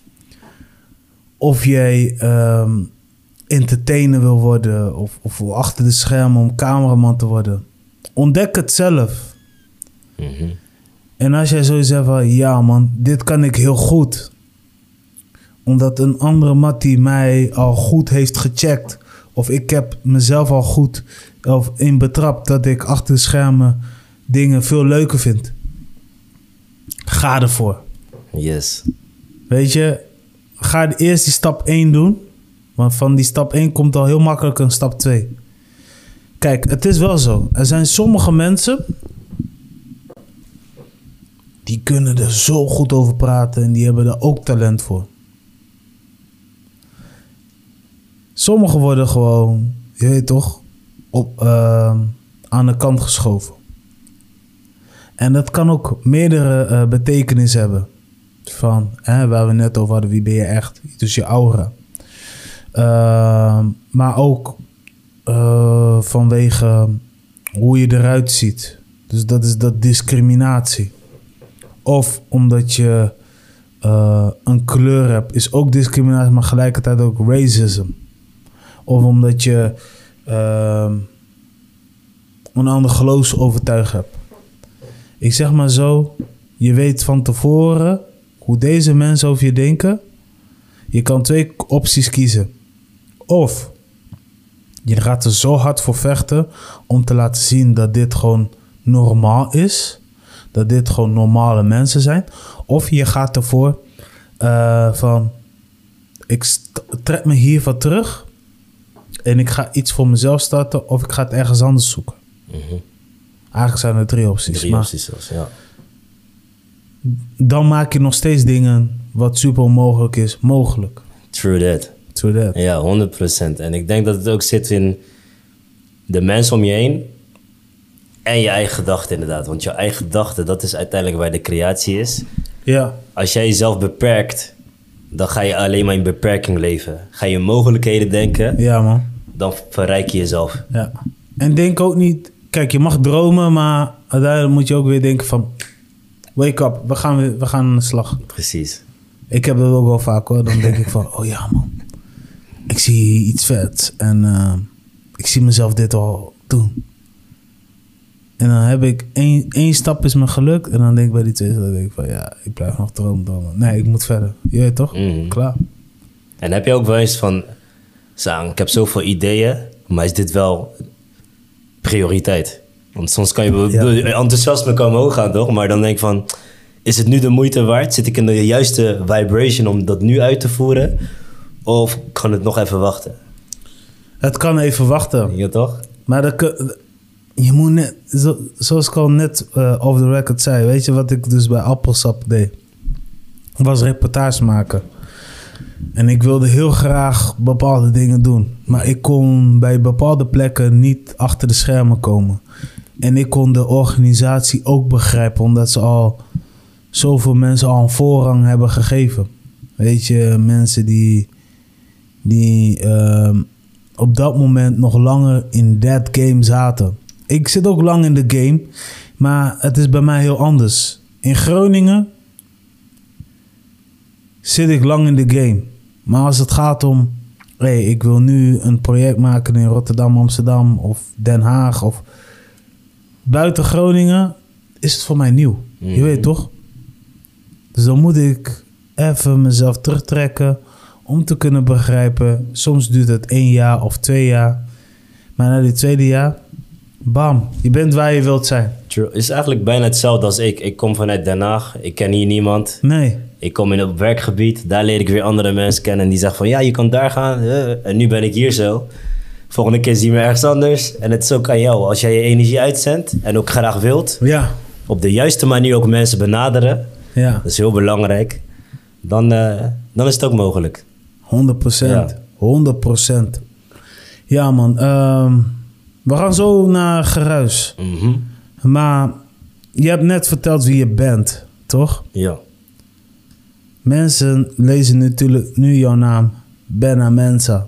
Of jij entertainer wil worden. Of achter de schermen om cameraman te worden. Ontdek het zelf. Mm-hmm. En als jij zo zegt van, ja man, dit kan ik heel goed. Omdat een andere mattie mij al goed heeft gecheckt. Of ik heb mezelf al goed in betrapt dat ik achter de schermen dingen veel leuker vind. Ga ervoor. Yes. Weet je, ga eerst die stap 1 doen. Want van die stap 1 komt al heel makkelijk een stap 2. Kijk, het is wel zo. Er zijn sommige mensen die kunnen er zo goed over praten en die hebben er ook talent voor. Sommigen worden gewoon je weet toch, aan de kant geschoven. En dat kan ook meerdere betekenissen hebben. Van, waar we net over hadden, wie ben je echt? Dus je aura. Maar ook vanwege hoe je eruit ziet. Dus dat is dat discriminatie. Of omdat je een kleur hebt, is ook discriminatie, maar gelijkertijd ook racism. Of omdat je een ander geloofsovertuiging hebt. Ik zeg maar zo, je weet van tevoren hoe deze mensen over je denken. Je kan 2 opties kiezen. Of je gaat er zo hard voor vechten om te laten zien dat dit gewoon normaal is. Dat dit gewoon normale mensen zijn. Of je gaat ervoor van, ik trek me hiervan terug en ik ga iets voor mezelf starten of ik ga het ergens anders zoeken. Mm-hmm. Eigenlijk zijn er 3 opties. 3 opties zelfs, ja. Dan maak je nog steeds dingen wat super onmogelijk is, mogelijk. True that. Ja, 100%. En ik denk dat het ook zit in de mensen om je heen en je eigen gedachten inderdaad. Want je eigen gedachten, dat is uiteindelijk waar de creatie is. Ja. Als jij jezelf beperkt, dan ga je alleen maar in beperking leven. Ga je mogelijkheden denken, ja, man. Dan verrijk je jezelf. Ja. En denk ook niet, kijk, je mag dromen, maar uiteindelijk moet je ook weer denken van, wake up, we gaan aan de slag. Precies. Ik heb dat ook wel vaak hoor. Dan denk ik van, oh ja man, ik zie iets vet en ik zie mezelf dit al doen. En dan heb ik één stap is me gelukt en dan denk ik bij die 2, dan denk ik van ja, ik blijf nog dromen. Nee, ik moet verder. Je weet toch? Mm. Klaar. En heb je ook wel eens van, Sang, ik heb zoveel ideeën, maar is dit wel prioriteit? Want soms kan je enthousiasme komen hoog gaan, toch? Maar dan denk ik van, is het nu de moeite waard? Zit ik in de juiste vibration om dat nu uit te voeren? Of kan het nog even wachten? Het kan even wachten. Ja, toch? Maar je moet net, zoals ik al net off the record zei, weet je wat ik dus bij Appelsap deed? Was reportage maken. En ik wilde heel graag bepaalde dingen doen. Maar ik kon bij bepaalde plekken niet achter de schermen komen. En ik kon de organisatie ook begrijpen, omdat ze al zoveel mensen al een voorrang hebben gegeven. Weet je, mensen die op dat moment nog langer in that game zaten. Ik zit ook lang in de game, maar het is bij mij heel anders. In Groningen zit ik lang in de game. Maar als het gaat om, ik wil nu een project maken in Rotterdam, Amsterdam of Den Haag of buiten Groningen, is het voor mij nieuw. Mm-hmm. Je weet toch? Dus dan moet ik even mezelf terugtrekken om te kunnen begrijpen. Soms duurt het 1 jaar of 2 jaar. Maar na die 2e jaar, bam, je bent waar je wilt zijn. True. Het is eigenlijk bijna hetzelfde als ik. Ik kom vanuit Den Haag. Ik ken hier niemand. Nee. Ik kom in het werkgebied. Daar leer ik weer andere mensen kennen. En die zeggen van, ja, je kan daar gaan. En nu ben ik hier zo. Volgende keer zien we ergens anders. En het is ook aan jou. Als jij je energie uitzendt en ook graag wilt. Ja. Op de juiste manier ook mensen benaderen. Ja. Dat is heel belangrijk. Dan is het ook mogelijk. 100%. Ja. 100%. Ja, man. We gaan zo naar Geruis. Mm-hmm. Maar je hebt net verteld wie je bent, toch? Ja. Mensen lezen natuurlijk nu jouw naam. Benna Mensa.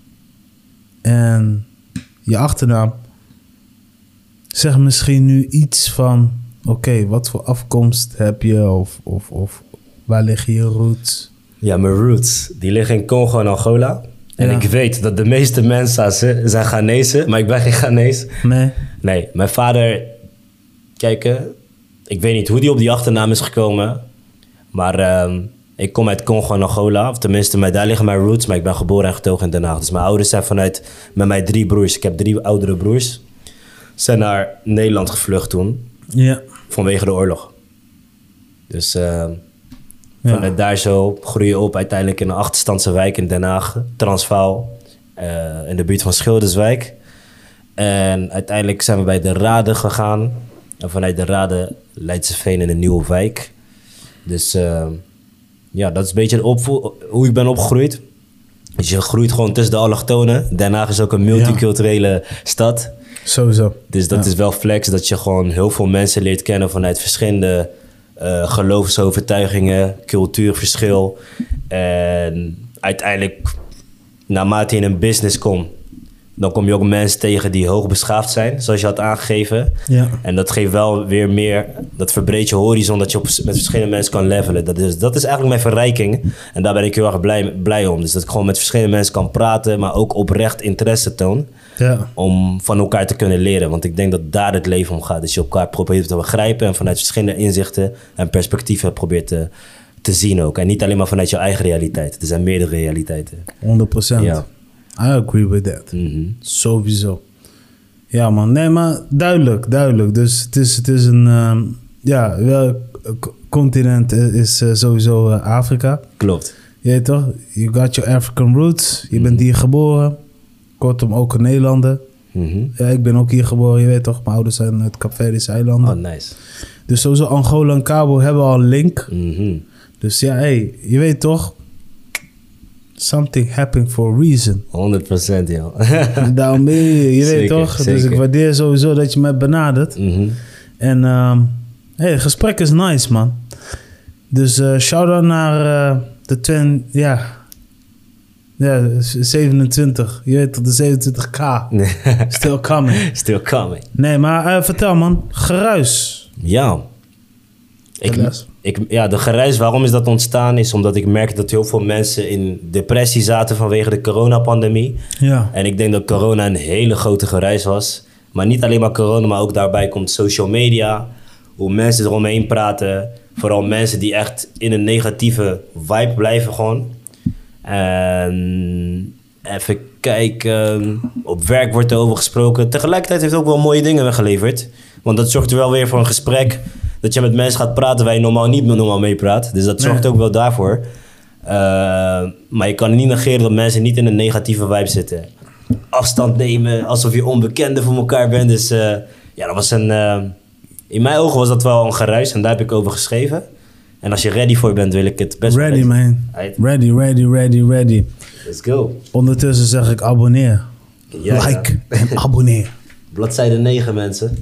En je achternaam. Zeg misschien nu iets van, oké, wat voor afkomst heb je? Of waar liggen je roots? Ja, mijn roots, die liggen in Congo en Angola. En ik weet dat de meeste mensen zijn Ghanese, maar ik ben geen Ghanese. Nee, mijn vader, kijk, ik weet niet hoe die op die achternaam is gekomen. Maar ik kom uit Congo en Angola. Of tenminste, daar liggen mijn roots. Maar ik ben geboren en getogen in Den Haag. Dus mijn ouders zijn met mij 3 broers. Ik heb 3 oudere broers. Zijn naar Nederland gevlucht toen. Ja. Vanwege de oorlog. Dus vanuit daar zo groei je op uiteindelijk in een achterstandse wijk in Den Haag. Transvaal. In de buurt van Schilderswijk. En uiteindelijk zijn we bij de Raden gegaan. En vanuit de Raden Leidseveen in een nieuwe wijk. Dus dat is een beetje hoe ik ben opgegroeid. Dus je groeit gewoon tussen de allochtonen. Den Haag is ook een multiculturele stad. Sowieso. Dus dat is wel flex, dat je gewoon heel veel mensen leert kennen vanuit verschillende geloofsovertuigingen, cultuurverschil. En uiteindelijk, naarmate je in een business komt, dan kom je ook mensen tegen die hoogbeschaafd zijn, zoals je had aangegeven. Ja. En dat geeft wel weer meer, dat verbreedt je horizon, dat je met verschillende mensen kan levelen. Dat is eigenlijk mijn verrijking. En daar ben ik heel erg blij om. Dus dat ik gewoon met verschillende mensen kan praten, maar ook oprecht interesse toon. Ja. Om van elkaar te kunnen leren. Want ik denk dat daar het leven om gaat. Dus je elkaar probeert te begrijpen en vanuit verschillende inzichten en perspectieven probeert te zien ook. En niet alleen maar vanuit je eigen realiteit. Er zijn meerdere realiteiten. 100%. Ja. I agree with that. Mm-hmm. Sowieso. Ja, man. Nee, maar duidelijk. Dus het is een... continent is sowieso Afrika. Klopt. Je weet toch? You got your African roots. Je bent hier geboren. Kortom, ook een Nederlander. Mm-hmm. Ja, ik ben ook hier geboren. Je weet toch? Mijn ouders zijn uit Kaapverdische eilanden. Oh, nice. Dus sowieso Angola en Cabo hebben al een link. Mm-hmm. Dus ja, hey, je weet toch? Something happened for a reason. 100%, joh. Daarom ben je weet Zeker, toch? zeker. Dus ik waardeer sowieso dat je me benadert. Mm-hmm. En het gesprek is nice, man. Dus shout-out naar de 27. Je weet toch, de 27k. Still coming. Still coming. Nee, maar vertel, man. Geruis. Ja. De geruis, waarom is dat ontstaan? Is omdat ik merk dat heel veel mensen in depressie zaten vanwege de coronapandemie. Ja. En ik denk dat corona een hele grote geruis was. Maar niet alleen maar corona, maar ook daarbij komt social media. Hoe mensen eromheen praten. Vooral mensen die echt in een negatieve vibe blijven gewoon. En even kijken. Op werk wordt er over gesproken. Tegelijkertijd heeft het ook wel mooie dingen weggeleverd. Want dat zorgt er wel weer voor een gesprek. Dat je met mensen gaat praten waar je normaal niet meepraat. Dus dat zorgt ook wel daarvoor. Maar je kan niet negeren dat mensen niet in een negatieve vibe zitten. Afstand nemen, alsof je onbekende voor elkaar bent. Dus dat was in mijn ogen was dat wel een geruis. En daar heb ik over geschreven. En als je ready voor bent, wil ik het best Ready, man. Ready. Let's go. Ondertussen zeg ik abonneer. Ja, like en abonneer. Bladzijde 9, mensen.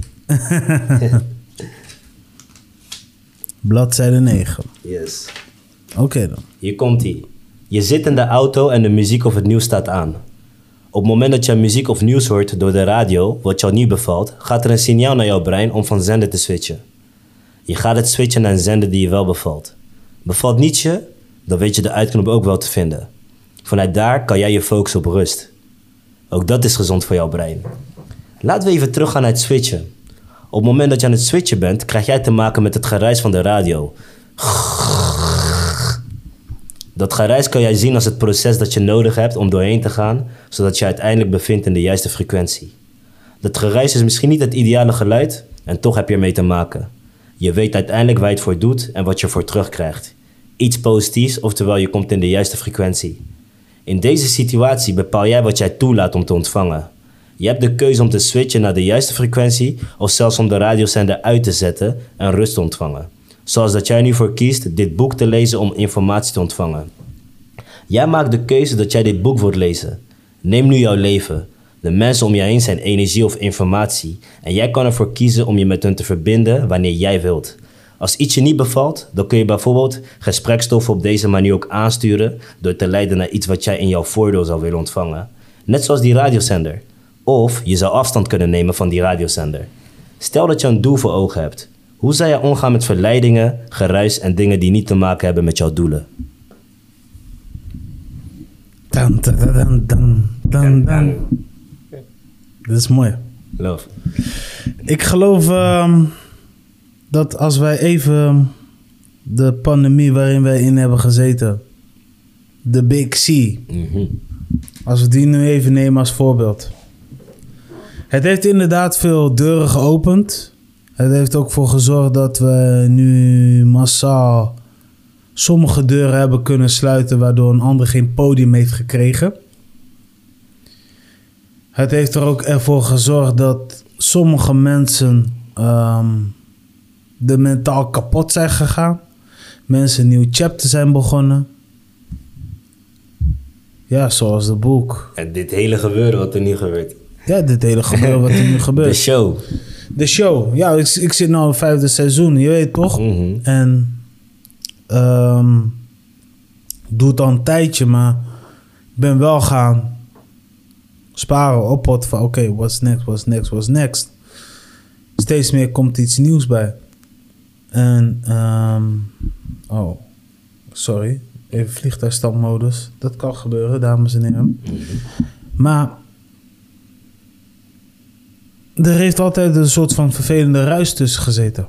Bladzijde 9. Yes. Oké dan. Hier komt-ie. Je zit in de auto en de muziek of het nieuws staat aan. Op het moment dat je muziek of nieuws hoort door de radio, wat jou niet bevalt, gaat er een signaal naar jouw brein om van zender te switchen. Je gaat het switchen naar een zender die je wel bevalt. Bevalt niet je, dan weet je de uitknop ook wel te vinden. Vanuit daar kan jij je focussen op rust. Ook dat is gezond voor jouw brein. Laten we even teruggaan naar het switchen. Op het moment dat je aan het switchen bent, krijg jij te maken met het geruis van de radio. Dat geruis kan jij zien als het proces dat je nodig hebt om doorheen te gaan, zodat je uiteindelijk bevindt in de juiste frequentie. Dat geruis is misschien niet het ideale geluid en toch heb je ermee te maken. Je weet uiteindelijk waar je het voor doet en wat je ervoor terugkrijgt. Iets positiefs, oftewel je komt in de juiste frequentie. In deze situatie bepaal jij wat jij toelaat om te ontvangen. Je hebt de keuze om te switchen naar de juiste frequentie of zelfs om de radiozender uit te zetten en rust te ontvangen. Zoals dat jij nu voor kiest dit boek te lezen om informatie te ontvangen. Jij maakt de keuze dat jij dit boek wilt lezen. Neem nu jouw leven. De mensen om je heen zijn energie of informatie. En jij kan ervoor kiezen om je met hun te verbinden wanneer jij wilt. Als iets je niet bevalt, dan kun je bijvoorbeeld gesprekstoffen op deze manier ook aansturen door te leiden naar iets wat jij in jouw voordeel zou willen ontvangen. Net zoals die radiozender. Of je zou afstand kunnen nemen van die radiozender. Stel dat je een doel voor ogen hebt. Hoe zou jij omgaan met verleidingen, geruis en dingen die niet te maken hebben met jouw doelen? Dit is mooi. Love. Ik geloof dat als wij even de pandemie waarin wij in hebben gezeten, de Big C, als we die nu even nemen als voorbeeld. Het heeft inderdaad veel deuren geopend. Het heeft ook voor gezorgd dat we nu massaal sommige deuren hebben kunnen sluiten, waardoor een ander geen podium heeft gekregen. Het heeft er ook ervoor gezorgd dat sommige mensen de mentaal kapot zijn gegaan. Mensen een nieuw chapter zijn begonnen. Ja, zoals de boek. En dit hele gebeuren wat er nu gebeurt. Ja, dit hele gebeuren wat er nu gebeurt. De show. De show. Ja, ik zit nu in het 5e seizoen, je weet toch? Mhm. En doe het al een tijdje, maar ik ben wel gaan sparen, oppotten van oké, what's next? Steeds meer komt iets nieuws bij. En, sorry, even vliegtuigstandmodus. Dat kan gebeuren, dames en heren. Maar er heeft altijd een soort van vervelende ruis tussen gezeten.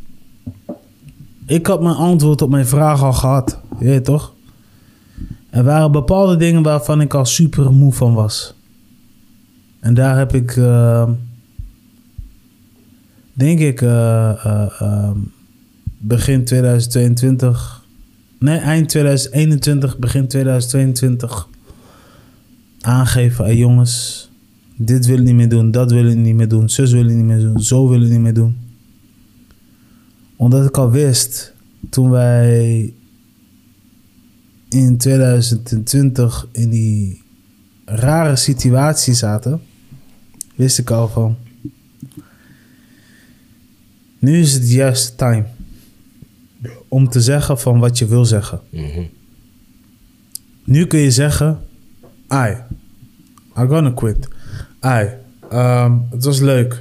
Ik had mijn antwoord op mijn vraag al gehad. Je weet toch? Er waren bepaalde dingen waarvan ik al super moe van was. En daar heb ik, denk ik, begin 2022... Nee, eind 2021, begin 2022... aangegeven, hey jongens, dit wil ik niet meer doen, dat wil ik niet meer doen, zus wil ik niet meer doen, zo wil ik niet meer doen. Omdat ik al wist, toen wij in 2020 in die rare situatie zaten, wist ik al van, nu is het de juiste time om te zeggen van wat je wil zeggen. Mhm. Nu kun je zeggen, I'm gonna quit. Het was leuk.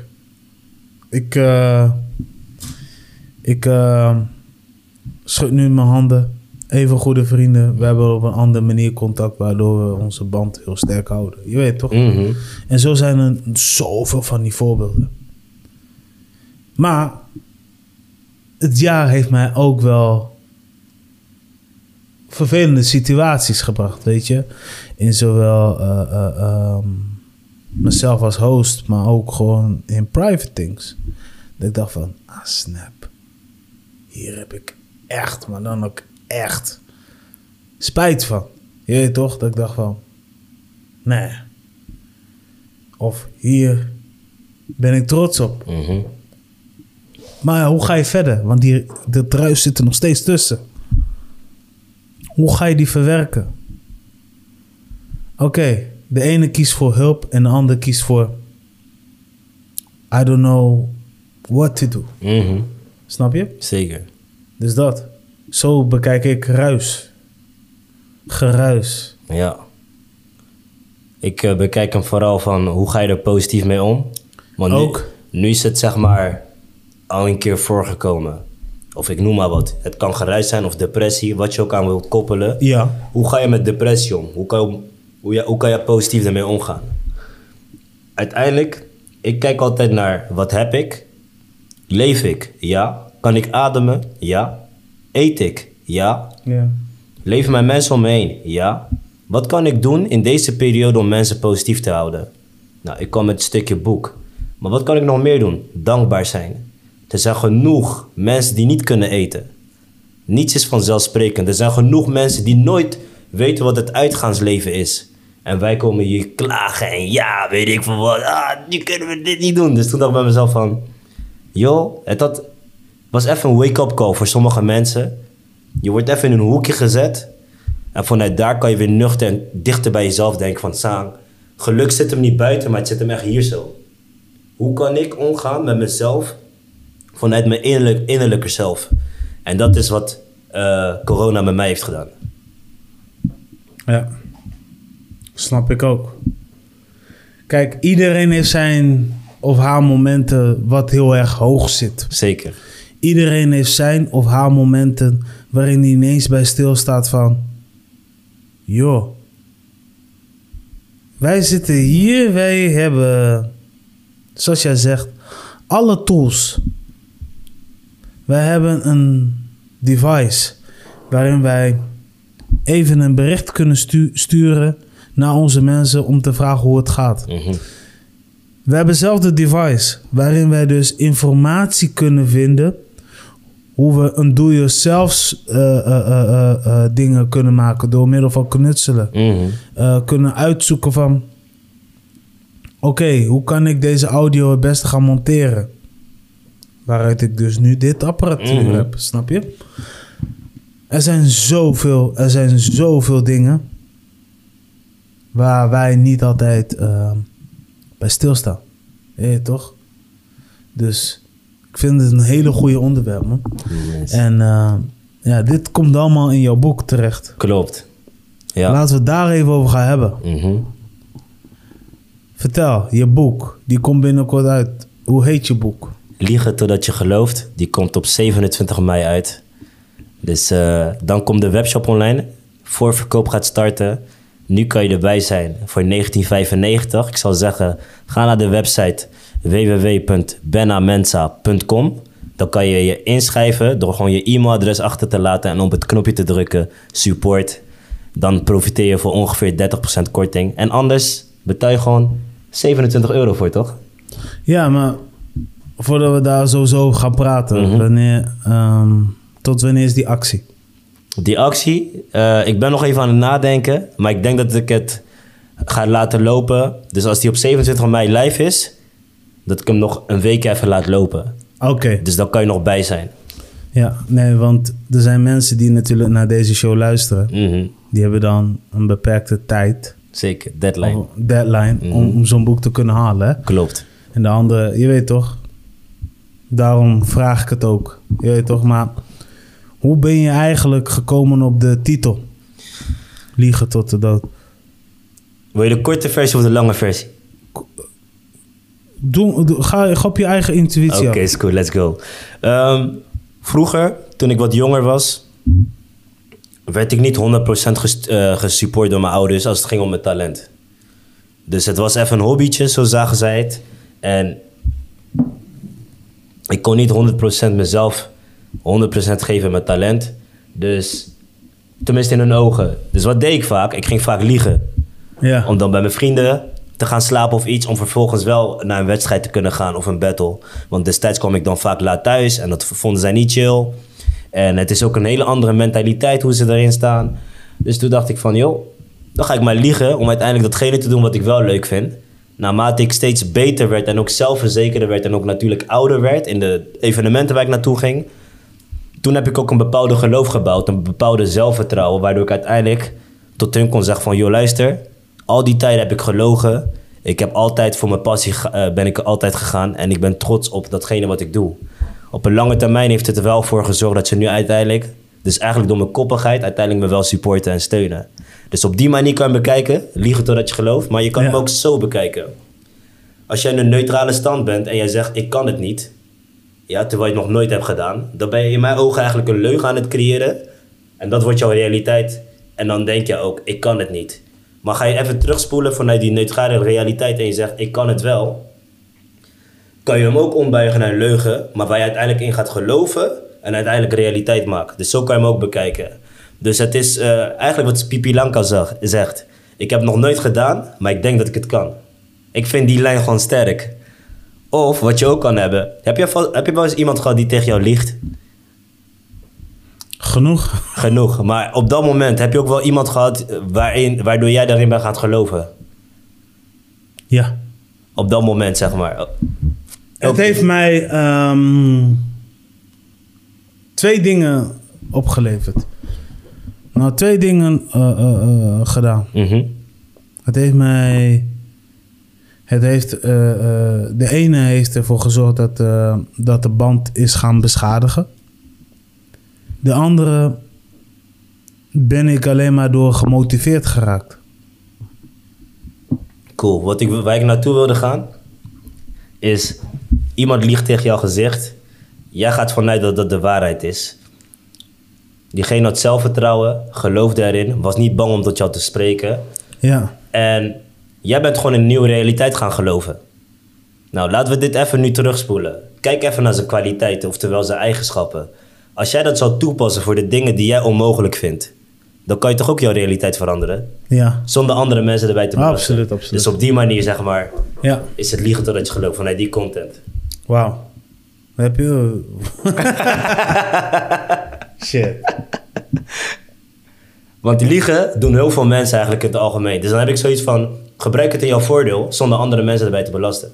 Ik schud nu mijn handen. Even goede vrienden. We hebben op een andere manier contact, waardoor we onze band heel sterk houden. Je weet toch? Mhm. En zo zijn er zoveel van die voorbeelden. Maar het jaar heeft mij ook wel vervelende situaties gebracht, weet je. In zowel mezelf als host, maar ook gewoon in private things. Dat ik dacht van, snap. Hier heb ik echt, maar dan ook echt spijt van. Je weet toch? Dat ik dacht van, nee. Of hier ben ik trots op. Mhm. Maar hoe ga je verder? Want de ruis zit er nog steeds tussen. Hoe ga je die verwerken? Oké, de ene kiest voor hulp en de ander kiest voor I don't know what to do. Mhm. Snap je? Zeker. Dus dat. Zo bekijk ik ruis. Geruis. Ja. Ik bekijk hem vooral van hoe ga je er positief mee om. Want Ook. Nu is het zeg maar al een keer voorgekomen. Of ik noem maar wat. Het kan geruis zijn of depressie, wat je ook aan wilt koppelen. Ja. Hoe ga je met depressie om? Hoe kan je positief ermee omgaan? Uiteindelijk, ik kijk altijd naar wat heb ik? Leef ik? Ja. Kan ik ademen? Ja. Eet ik? Ja. Ja. Leven mijn mensen om me heen? Ja. Wat kan ik doen in deze periode om mensen positief te houden? Nou, ik kwam met een stukje boek. Maar wat kan ik nog meer doen? Dankbaar zijn. Er zijn genoeg mensen die niet kunnen eten. Niets is vanzelfsprekend. Er zijn genoeg mensen die nooit weten wat het uitgaansleven is. En wij komen hier klagen en ja, weet ik van wat. Nu kunnen we dit niet doen. Dus toen dacht ik bij mezelf van, joh, het was even een wake-up call voor sommige mensen. Je wordt even in een hoekje gezet. En vanuit daar kan je weer nuchter en dichter bij jezelf denken van, Sang, geluk zit hem niet buiten, maar het zit hem echt hier zo. Hoe kan ik omgaan met mezelf vanuit mijn innerlijke zelf? En dat is wat corona met mij heeft gedaan. Ja. Snap ik ook. Kijk, iedereen heeft zijn of haar momenten wat heel erg hoog zit. Zeker. Iedereen heeft zijn of haar momenten waarin hij ineens bij stilstaat van, joh, wij zitten hier, wij hebben, zoals jij zegt, alle tools. Wij hebben een device waarin wij even een bericht kunnen sturen naar onze mensen om te vragen hoe het gaat. Mhm. We hebben zelf de device waarin wij dus informatie kunnen vinden hoe we een do-yourself dingen kunnen maken door middel van knutselen. Mhm. Kunnen uitzoeken van, oké, hoe kan ik deze audio het beste gaan monteren? Waaruit ik dus nu dit apparatuur heb, snap je? Er zijn zoveel dingen. waar wij niet altijd bij stilstaan. Toch? Dus ik vind het een hele goede onderwerp, man. Yes. En dit komt allemaal in jouw boek terecht. Klopt. Ja. Laten we het daar even over gaan hebben. Vertel, je boek, die komt binnenkort uit. Hoe heet je boek? Liegen totdat je gelooft. Die komt op 27 mei uit. Dus dan komt de webshop online. Voorverkoop gaat starten. Nu kan je erbij zijn voor 1995. Ik zal zeggen, ga naar de website www.benamensa.com. Dan kan je je inschrijven door gewoon je e-mailadres achter te laten en op het knopje te drukken support. Dan profiteer je voor ongeveer 30% korting. En anders betaal je gewoon €27 voor, toch? Ja, maar voordat we daar sowieso gaan praten, tot wanneer is die actie? Die actie, ik ben nog even aan het nadenken, maar ik denk dat ik het ga laten lopen. Dus als die op 27 mei live is, dat ik hem nog een week even laat lopen. Oké. Dus dan kan je nog bij zijn. Ja, nee, want er zijn mensen die natuurlijk naar deze show luisteren. Die hebben dan een beperkte tijd. Zeker, deadline. Om zo'n boek te kunnen halen. Hè? Klopt. En de andere, je weet toch, daarom vraag ik het ook. Je weet toch, maar hoe ben je eigenlijk gekomen op de titel? Liegen tot de dood. Wil je de korte versie of de lange versie? Ga op je eigen intuïtie. Oké, is cool, let's go. Vroeger, toen ik wat jonger was, werd ik niet 100% gesupport door mijn ouders als het ging om mijn talent. Dus het was even een hobbytje, zo zagen zij het. En ik kon niet 100% mezelf 100% geven in mijn talent. Dus, tenminste in hun ogen. Dus wat deed ik vaak? Ik ging vaak liegen. Ja. Om dan bij mijn vrienden te gaan slapen of iets, om vervolgens wel naar een wedstrijd te kunnen gaan of een battle. Want destijds kwam ik dan vaak laat thuis en dat vonden zij niet chill. En het is ook een hele andere mentaliteit hoe ze erin staan. Dus toen dacht ik van, joh, dan ga ik maar liegen om uiteindelijk datgene te doen wat ik wel leuk vind. Naarmate ik steeds beter werd en ook zelfverzekerder werd en ook natuurlijk ouder werd in de evenementen waar ik naartoe ging, toen heb ik ook een bepaalde geloof gebouwd, een bepaalde zelfvertrouwen, waardoor ik uiteindelijk tot hun kon zeggen van, joh, luister, al die tijd heb ik gelogen. Ik heb altijd voor mijn passie ben ik altijd gegaan en ik ben trots op datgene wat ik doe. Op een lange termijn heeft het er wel voor gezorgd dat ze nu uiteindelijk, dus eigenlijk door mijn koppigheid, uiteindelijk me wel supporten en steunen. Dus op die manier kan je hem bekijken, liegen totdat je gelooft, maar je kan hem ook zo bekijken. Als jij in een neutrale stand bent en jij zegt, ik kan het niet, ja, terwijl je het nog nooit hebt gedaan, dan ben je in mijn ogen eigenlijk een leugen aan het creëren. En dat wordt jouw realiteit. En dan denk je ook, ik kan het niet. Maar ga je even terugspoelen vanuit die neutrale realiteit en je zegt, ik kan het wel, kan je hem ook ombuigen naar een leugen, maar waar je uiteindelijk in gaat geloven en uiteindelijk realiteit maakt. Dus zo kan je hem ook bekijken. Dus het is eigenlijk wat Pipi Lanka zegt. Ik heb het nog nooit gedaan, maar ik denk dat ik het kan. Ik vind die lijn gewoon sterk. Of wat je ook kan hebben. Heb je wel eens iemand gehad die tegen jou liegt? Genoeg. Maar op dat moment heb je ook wel iemand gehad waardoor jij daarin bent gaan geloven? Ja. Op dat moment, zeg maar. Het heeft mij 2 dingen opgeleverd. Nou, 2 dingen gedaan. De ene heeft ervoor gezorgd dat de band is gaan beschadigen. De andere ben ik alleen maar door gemotiveerd geraakt. Cool. Waar ik naartoe wilde gaan, is iemand liegt tegen jouw gezicht. Jij gaat vanuit dat dat de waarheid is. Diegene had zelfvertrouwen, geloofde erin, was niet bang om tot jou te spreken. Ja. En jij bent gewoon in een nieuwe realiteit gaan geloven. Nou, laten we dit even nu terugspoelen. Kijk even naar zijn kwaliteiten, oftewel zijn eigenschappen. Als jij dat zou toepassen voor de dingen die jij onmogelijk vindt, dan kan je toch ook jouw realiteit veranderen? Ja. Zonder andere mensen erbij te belasten. Absoluut. Dus op die manier, zeg maar, is het liegen totdat je gelooft vanuit die content. Wauw. Heb je... Shit. Want die liegen doen heel veel mensen eigenlijk in het algemeen. Dus dan heb ik zoiets van, gebruik het in jouw voordeel zonder andere mensen erbij te belasten.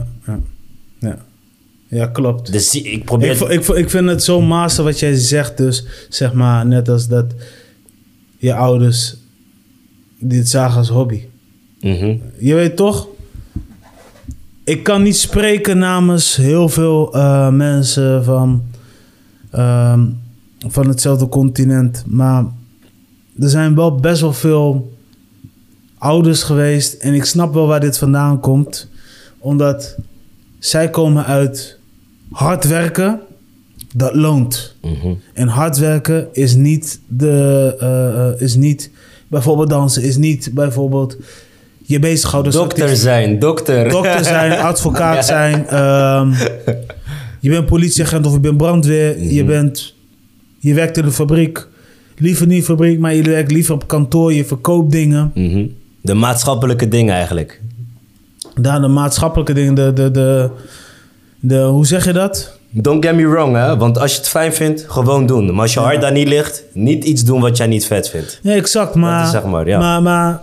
Ja, klopt. Dus ik probeer... Ik vind het zo master wat jij zegt. Dus zeg maar net als dat je ouders dit zagen als hobby. Je weet toch? Ik kan niet spreken namens heel veel mensen van hetzelfde continent. Maar er zijn wel best wel veel ouders geweest. En ik snap wel waar dit vandaan komt. Omdat zij komen uit hard werken. Dat loont. En hard werken is niet is niet bijvoorbeeld dansen. Is niet bijvoorbeeld je bezighouden. Dokter zijn. Dokter zijn, advocaat zijn. Je bent politieagent of je bent brandweer. Je werkt in de fabriek. Liever niet fabriek, maar je werkt liever op kantoor. Je verkoopt dingen. De maatschappelijke dingen eigenlijk. De maatschappelijke dingen. De hoe zeg je dat? Don't get me wrong, hè. Want als je het fijn vindt, gewoon doen. Maar als je hart daar niet ligt, niet iets doen wat jij niet vet vindt. Ja, exact. Maar, dat is, zeg maar, ja. maar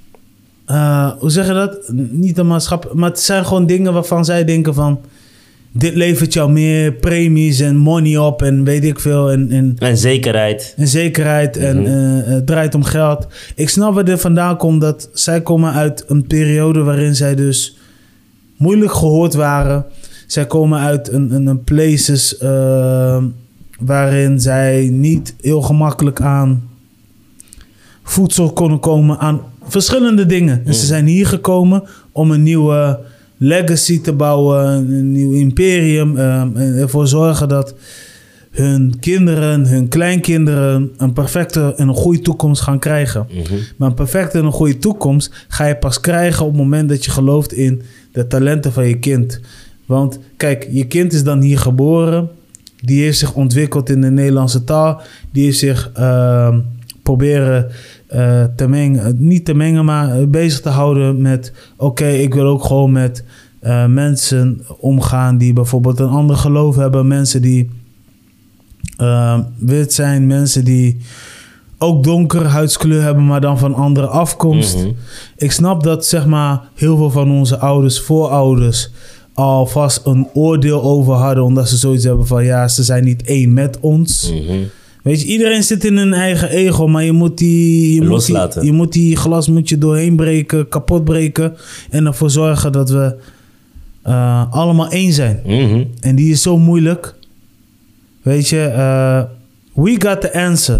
hoe zeg je dat? Niet de maatschappij. Maar het zijn gewoon dingen waarvan zij denken van... Dit levert jou meer premies en money op en weet ik veel. En zekerheid. En zekerheid en het draait om geld. Ik snap waar dit vandaan komt. Dat zij komen uit een periode waarin zij dus moeilijk gehoord waren. Zij komen uit een places waarin zij niet heel gemakkelijk aan voedsel konden komen. Aan verschillende dingen. En ze zijn hier gekomen om een nieuwe legacy te bouwen, een nieuw imperium. En ervoor zorgen dat hun kinderen, hun kleinkinderen een perfecte en een goede toekomst gaan krijgen. Maar een perfecte en een goede toekomst ga je pas krijgen op het moment dat je gelooft in de talenten van je kind. Want kijk, je kind is dan hier geboren. Die heeft zich ontwikkeld in de Nederlandse taal. Die heeft zich proberen niet te mengen, maar bezig te houden met... Oké, ik wil ook gewoon met mensen omgaan die bijvoorbeeld een ander geloof hebben. Mensen die wit zijn. Mensen die ook donkere huidskleur hebben, maar dan van andere afkomst. Ik snap dat zeg maar heel veel van onze ouders, voorouders... alvast een oordeel over hadden, omdat ze zoiets hebben van... ja, ze zijn niet één met ons. Weet je, iedereen zit in hun eigen ego, maar je moet die glas doorheen breken, kapot breken... en ervoor zorgen dat we allemaal één zijn. En die is zo moeilijk. Weet je, we got the answer.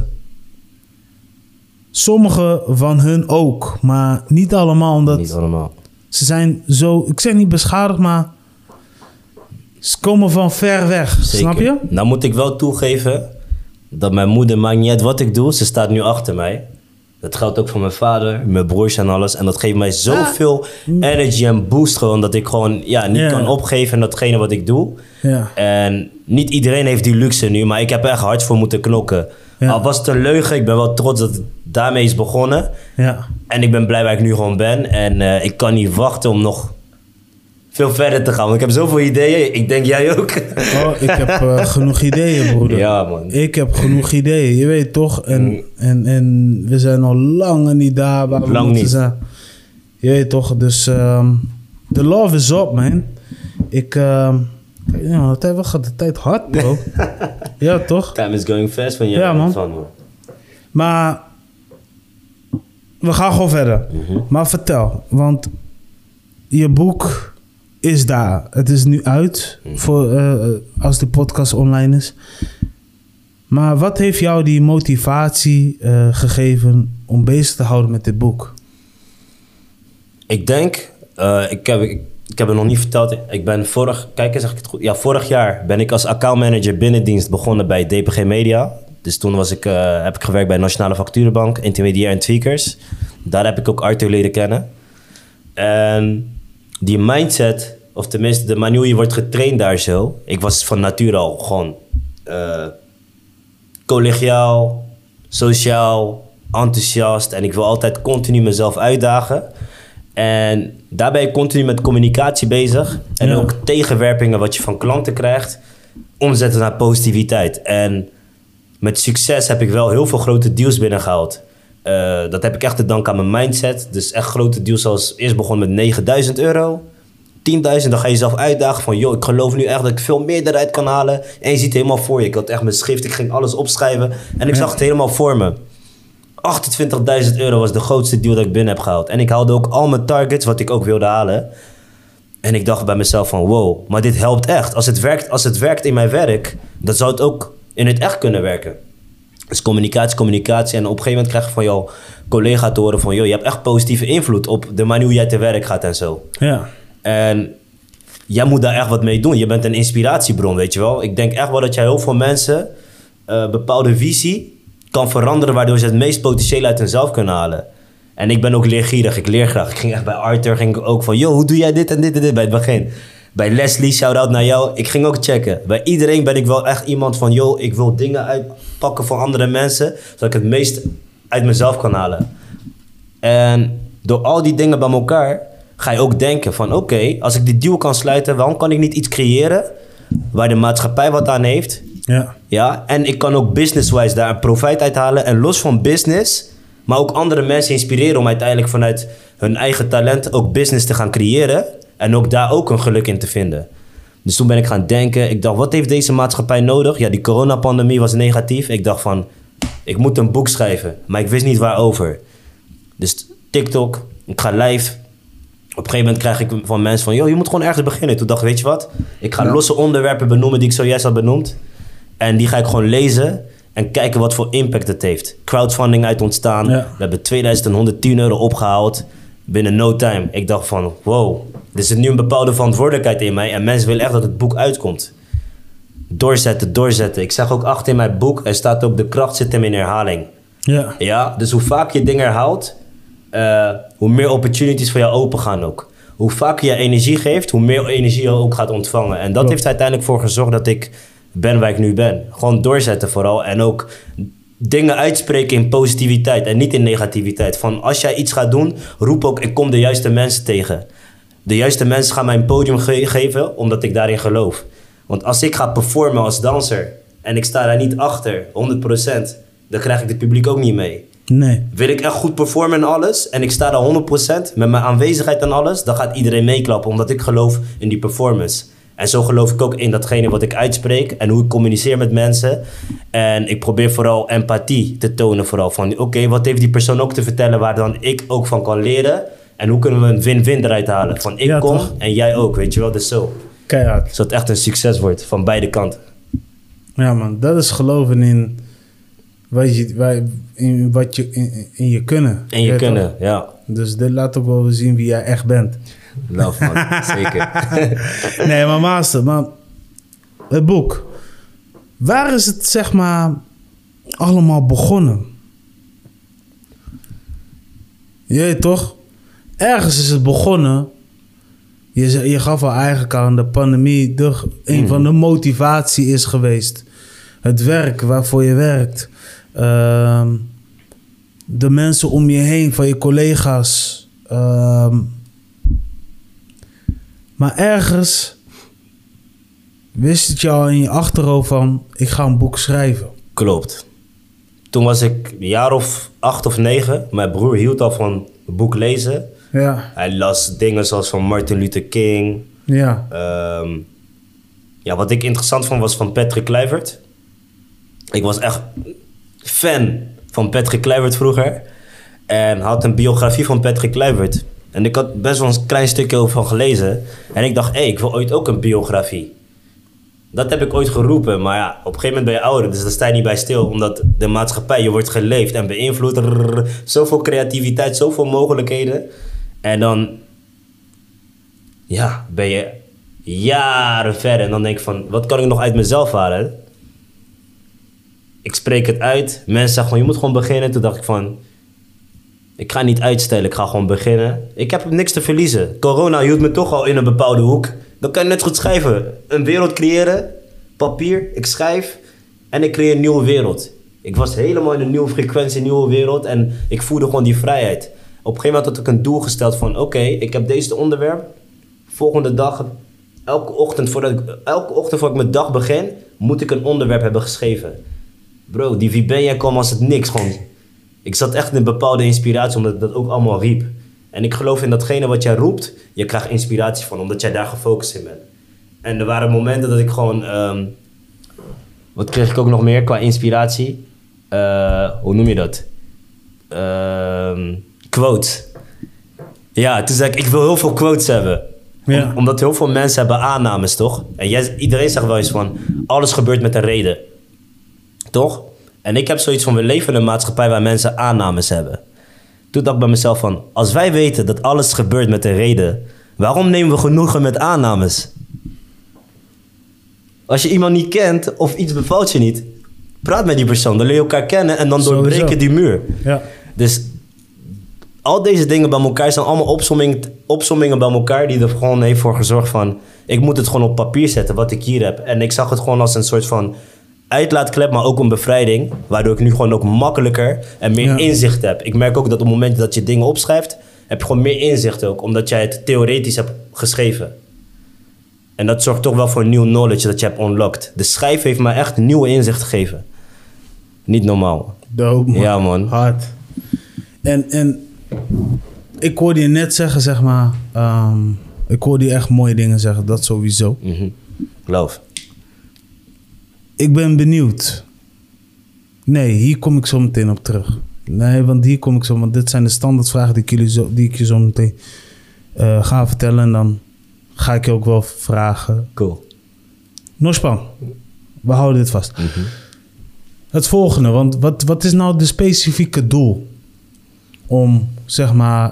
Sommige van hun ook, maar niet allemaal, omdat... Niet allemaal. Ze zijn zo, ik zeg niet beschadigd, maar... ze komen van ver weg, Zeker. Snap je? Nou moet ik wel toegeven dat mijn moeder, maakt niet uit wat ik doe, ze staat nu achter mij. Dat geldt ook voor mijn vader, mijn broers en alles. En dat geeft mij zoveel energy en boost gewoon, dat ik gewoon niet kan opgeven in datgene wat ik doe. En niet iedereen heeft die luxe nu, maar ik heb er echt hard voor moeten knokken. Al was het een leugen, ik ben wel trots dat het daarmee is begonnen. En ik ben blij waar ik nu gewoon ben. En ik kan niet wachten om nog veel verder te gaan. Want ik heb zoveel ideeën. Ik denk jij ook. Oh, ik heb genoeg ideeën, broeder. Ja, man. Ik heb genoeg ideeën, je weet toch? En we zijn al lang niet daar waar we moeten zijn. Je weet toch? Dus the love is up, man. De tijd hard, bro. Ja, toch? Time is going fast van jou. Ja, man. Maar we gaan gewoon verder. Maar vertel, want je boek is daar. Het is nu uit voor als de podcast online is. Maar wat heeft jou die motivatie gegeven om bezig te houden met dit boek? Ik denk, ik heb het nog niet verteld. Ik ben vorig jaar ben ik als accountmanager binnendienst begonnen bij DPG Media. Dus toen heb ik gewerkt bij Nationale Facturenbank, intermediair en tweakers. Daar heb ik ook Arthur leren kennen. En die mindset, of tenminste de manier hoe je wordt getraind daar zo. Ik was van nature al gewoon collegiaal, sociaal, enthousiast. En ik wil altijd continu mezelf uitdagen. En daar ben je continu met communicatie bezig. En ook tegenwerpingen wat je van klanten krijgt. Omzetten naar positiviteit. En met succes heb ik wel heel veel grote deals binnengehaald. Dat heb ik echt te danken aan mijn mindset. Dus echt grote deals zoals eerst begon met €9.000. 10.000, dan ga je jezelf uitdagen van... ik geloof nu echt dat ik veel meer eruit kan halen. En je ziet het helemaal voor je. Ik had echt mijn schrift, ik ging alles opschrijven. En ik zag het helemaal voor me. €28.000 was de grootste deal dat ik binnen heb gehaald. En ik haalde ook al mijn targets, wat ik ook wilde halen. En ik dacht bij mezelf van, wow, maar dit helpt echt. Als het werkt in mijn werk, dan zou het ook in het echt kunnen werken. Dus communicatie. En op een gegeven moment krijg je van jouw collega te horen van, je hebt echt positieve invloed op de manier hoe jij te werk gaat en zo. Ja. En jij moet daar echt wat mee doen. Je bent een inspiratiebron, weet je wel. Ik denk echt wel dat jij heel veel mensen bepaalde visie kan veranderen, waardoor ze het meest potentieel uit hunzelf kunnen halen. En ik ben ook leergierig, ik leer graag. Ik ging echt bij Arthur, ging ik ook van, hoe doe jij dit en dit en dit bij het begin. Bij Leslie, shout-out naar jou, ik ging ook checken. Bij iedereen ben ik wel echt iemand van, ik wil dingen uitpakken van andere mensen, zodat ik het meest uit mezelf kan halen. En door al die dingen bij elkaar ga je ook denken van, oké, als ik die deal kan sluiten, waarom kan ik niet iets creëren waar de maatschappij wat aan heeft? Ja, en ik kan ook business-wise daar een profijt uithalen. En los van business, maar ook andere mensen inspireren om uiteindelijk vanuit hun eigen talent ook business te gaan creëren. En ook daar ook een geluk in te vinden. Dus toen ben ik gaan denken, ik dacht, wat heeft deze maatschappij nodig? Ja, die coronapandemie was negatief. Ik dacht van, ik moet een boek schrijven, maar ik wist niet waarover. Dus TikTok, ik ga live. Op een gegeven moment krijg ik van mensen van, je moet gewoon ergens beginnen. Toen dacht ik, weet je wat? Ik ga losse onderwerpen benoemen die ik zojuist had benoemd. En die ga ik gewoon lezen en kijken wat voor impact het heeft. Crowdfunding uit ontstaan. Ja. We hebben €2110 opgehaald binnen no time. Ik dacht van, wow, er zit nu een bepaalde verantwoordelijkheid in mij. En mensen willen echt dat het boek uitkomt. Doorzetten. Ik zeg ook achter in mijn boek, er staat ook, de kracht zit hem in herhaling. Ja, dus hoe vaak je dingen herhaalt, hoe meer opportunities voor jou open gaan ook. Hoe vaker je energie geeft, hoe meer energie je ook gaat ontvangen. En dat heeft uiteindelijk voor gezorgd dat ik ben waar ik nu ben. Gewoon doorzetten vooral. En ook dingen uitspreken in positiviteit en niet in negativiteit. Van als jij iets gaat doen, roep ook, ik kom de juiste mensen tegen. De juiste mensen gaan mij een podium geven, omdat ik daarin geloof. Want als ik ga performen als danser en ik sta daar niet achter, 100%, dan krijg ik het publiek ook niet mee. Nee. Wil ik echt goed performen en alles en ik sta daar 100% met mijn aanwezigheid en alles, dan gaat iedereen meeklappen, omdat ik geloof in die performance. En zo geloof ik ook in datgene wat ik uitspreek en hoe ik communiceer met mensen. En ik probeer vooral empathie te tonen vooral. Van oké, wat heeft die persoon ook te vertellen waar dan ik ook van kan leren? En hoe kunnen we een win-win eruit halen? Van ik kom toch? En jij ook, weet je wel. Dus zo. Keihard. Zodat het echt een succes wordt van beide kanten. Ja man, dat is geloven in in je kunnen. In je kunnen, toch? Ja. Dus dit laat ook wel zien wie jij echt bent. Love man, zeker. Nee, maar master, maar het boek. Waar is het zeg maar allemaal begonnen? Je toch? Ergens is het begonnen. Je gaf al eigenlijk aan de pandemie een van de motivatie is geweest. Het werk waarvoor je werkt. De mensen om je heen, van je collega's. Maar ergens wist het je al in je achterhoofd van, ik ga een boek schrijven. Klopt. Toen was ik een jaar of 8 of 9. Mijn broer hield al van een boek lezen. Ja. Hij las dingen zoals van Martin Luther King. Ja. Wat ik interessant vond was van Patrick Kluivert. Ik was echt fan van Patrick Kluivert vroeger. En had een biografie van Patrick Kluivert. En ik had best wel een klein stukje over van gelezen. En ik dacht, ik wil ooit ook een biografie. Dat heb ik ooit geroepen. Maar ja, op een gegeven moment ben je ouder. Dus daar sta je niet bij stil. Omdat de maatschappij, je wordt geleefd en beïnvloed. Zoveel creativiteit, zoveel mogelijkheden. En dan ben je jaren verder. En dan denk ik van, wat kan ik nog uit mezelf halen? Ik spreek het uit. Mensen zeggen gewoon, je moet gewoon beginnen. Toen dacht ik van, ik ga niet uitstellen, ik ga gewoon beginnen. Ik heb niks te verliezen. Corona hield me toch al in een bepaalde hoek. Dan kan je net goed schrijven. Een wereld creëren, papier, ik schrijf en ik creëer een nieuwe wereld. Ik was helemaal in een nieuwe frequentie, een nieuwe wereld en ik voelde gewoon die vrijheid. Op een gegeven moment had ik een doel gesteld van oké, ik heb deze onderwerp. Volgende dag, elke ochtend voordat ik mijn dag begin, moet ik een onderwerp hebben geschreven. Bro, die wie ben jij kwam als het niks gewoon. Ik zat echt in een bepaalde inspiratie omdat ik dat ook allemaal riep. En ik geloof in datgene wat jij roept, je krijgt inspiratie van, omdat jij daar gefocust in bent. En er waren momenten dat ik gewoon, wat kreeg ik ook nog meer qua inspiratie? Hoe noem je dat? quotes. Ja, toen zei ik wil heel veel quotes hebben. Ja. Omdat heel veel mensen hebben aannames, toch? En iedereen zegt wel eens van, alles gebeurt met een reden. Toch? En ik heb zoiets van, we leven in een maatschappij waar mensen aannames hebben. Toen dacht ik bij mezelf van, als wij weten dat alles gebeurt met een reden, waarom nemen we genoegen met aannames? Als je iemand niet kent of iets bevalt je niet, praat met die persoon. Dan leer je elkaar kennen en dan doorbreken die muur. Ja. Dus al deze dingen bij elkaar zijn allemaal opsommingen bij elkaar die er gewoon heeft voor gezorgd van, ik moet het gewoon op papier zetten wat ik hier heb. En ik zag het gewoon als een soort van uitlaatklep, maar ook een bevrijding, waardoor ik nu gewoon ook makkelijker en meer inzicht heb. Ik merk ook dat op het moment dat je dingen opschrijft, heb je gewoon meer inzicht ook, omdat jij het theoretisch hebt geschreven. En dat zorgt toch wel voor nieuw knowledge dat je hebt unlocked. De schrijf heeft me echt nieuwe inzicht gegeven. Niet normaal. Dope, man. Ja, man. Hard. En ik hoorde je net zeggen, zeg maar, ik hoorde je echt mooie dingen zeggen, dat sowieso. Geloof. Ik ben benieuwd. Nee, hier kom ik zo meteen op terug. Nee, want dit zijn de standaardvragen die ik je zo meteen ga vertellen. En dan ga ik je ook wel vragen. Cool. Norspan, we houden dit vast. Het volgende, want wat is nou de specifieke doel om, zeg maar,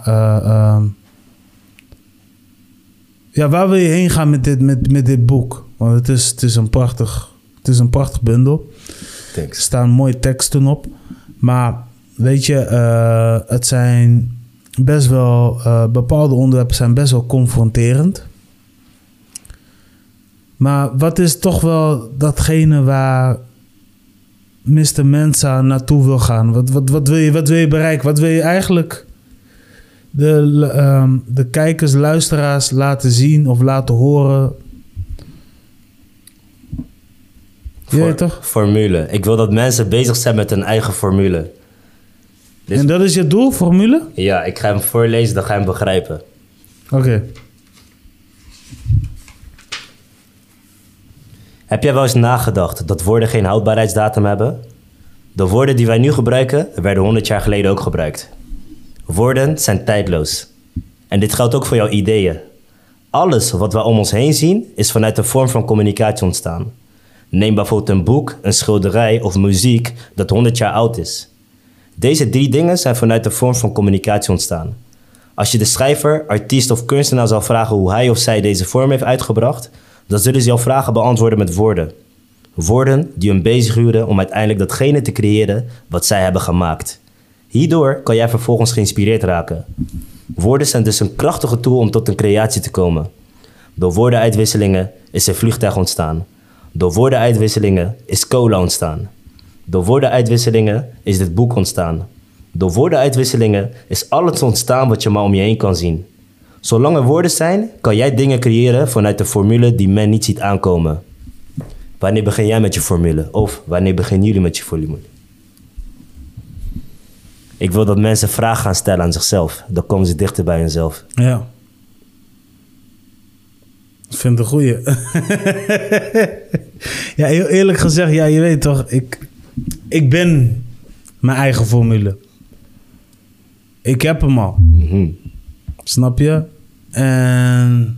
waar wil je heen gaan met dit boek? Want het is een prachtig bundel. Thanks. Er staan mooie teksten op. Maar weet je, het zijn best wel, bepaalde onderwerpen zijn best wel confronterend. Maar wat is toch wel datgene waar Mr. Mensa naartoe wil gaan? Wat wil je bereiken? Wat wil je eigenlijk de kijkers, luisteraars laten zien of laten horen? Toch? Formule. Ik wil dat mensen bezig zijn met hun eigen formule. Dus, en dat is je doel, formule? Ja, ik ga hem voorlezen, dan ga je hem begrijpen. Oké. Heb jij wel eens nagedacht dat woorden geen houdbaarheidsdatum hebben? De woorden die wij nu gebruiken, werden 100 jaar geleden ook gebruikt. Woorden zijn tijdloos. En dit geldt ook voor jouw ideeën. Alles wat we om ons heen zien, is vanuit een vorm van communicatie ontstaan. Neem bijvoorbeeld een boek, een schilderij of muziek dat 100 jaar oud is. Deze 3 dingen zijn vanuit de vorm van communicatie ontstaan. Als je de schrijver, artiest of kunstenaar zal vragen hoe hij of zij deze vorm heeft uitgebracht, dan zullen ze jouw vragen beantwoorden met woorden. Woorden die hun bezighielden om uiteindelijk datgene te creëren wat zij hebben gemaakt. Hierdoor kan jij vervolgens geïnspireerd raken. Woorden zijn dus een krachtige tool om tot een creatie te komen. Door woordenuitwisselingen is een vliegtuig ontstaan. Door woordenuitwisselingen is cola ontstaan. Door woordenuitwisselingen is dit boek ontstaan. Door woordenuitwisselingen is alles ontstaan wat je maar om je heen kan zien. Zolang er woorden zijn, kan jij dingen creëren vanuit de formule die men niet ziet aankomen. Wanneer begin jij met je formule? Of wanneer beginnen jullie met je formule? Ik wil dat mensen vragen gaan stellen aan zichzelf. Dan komen ze dichter bij hunzelf. Ja. Ik vind het een goeie. Ja, heel eerlijk gezegd, ja, je weet toch, ik ben mijn eigen formule. Ik heb hem al. Snap je? En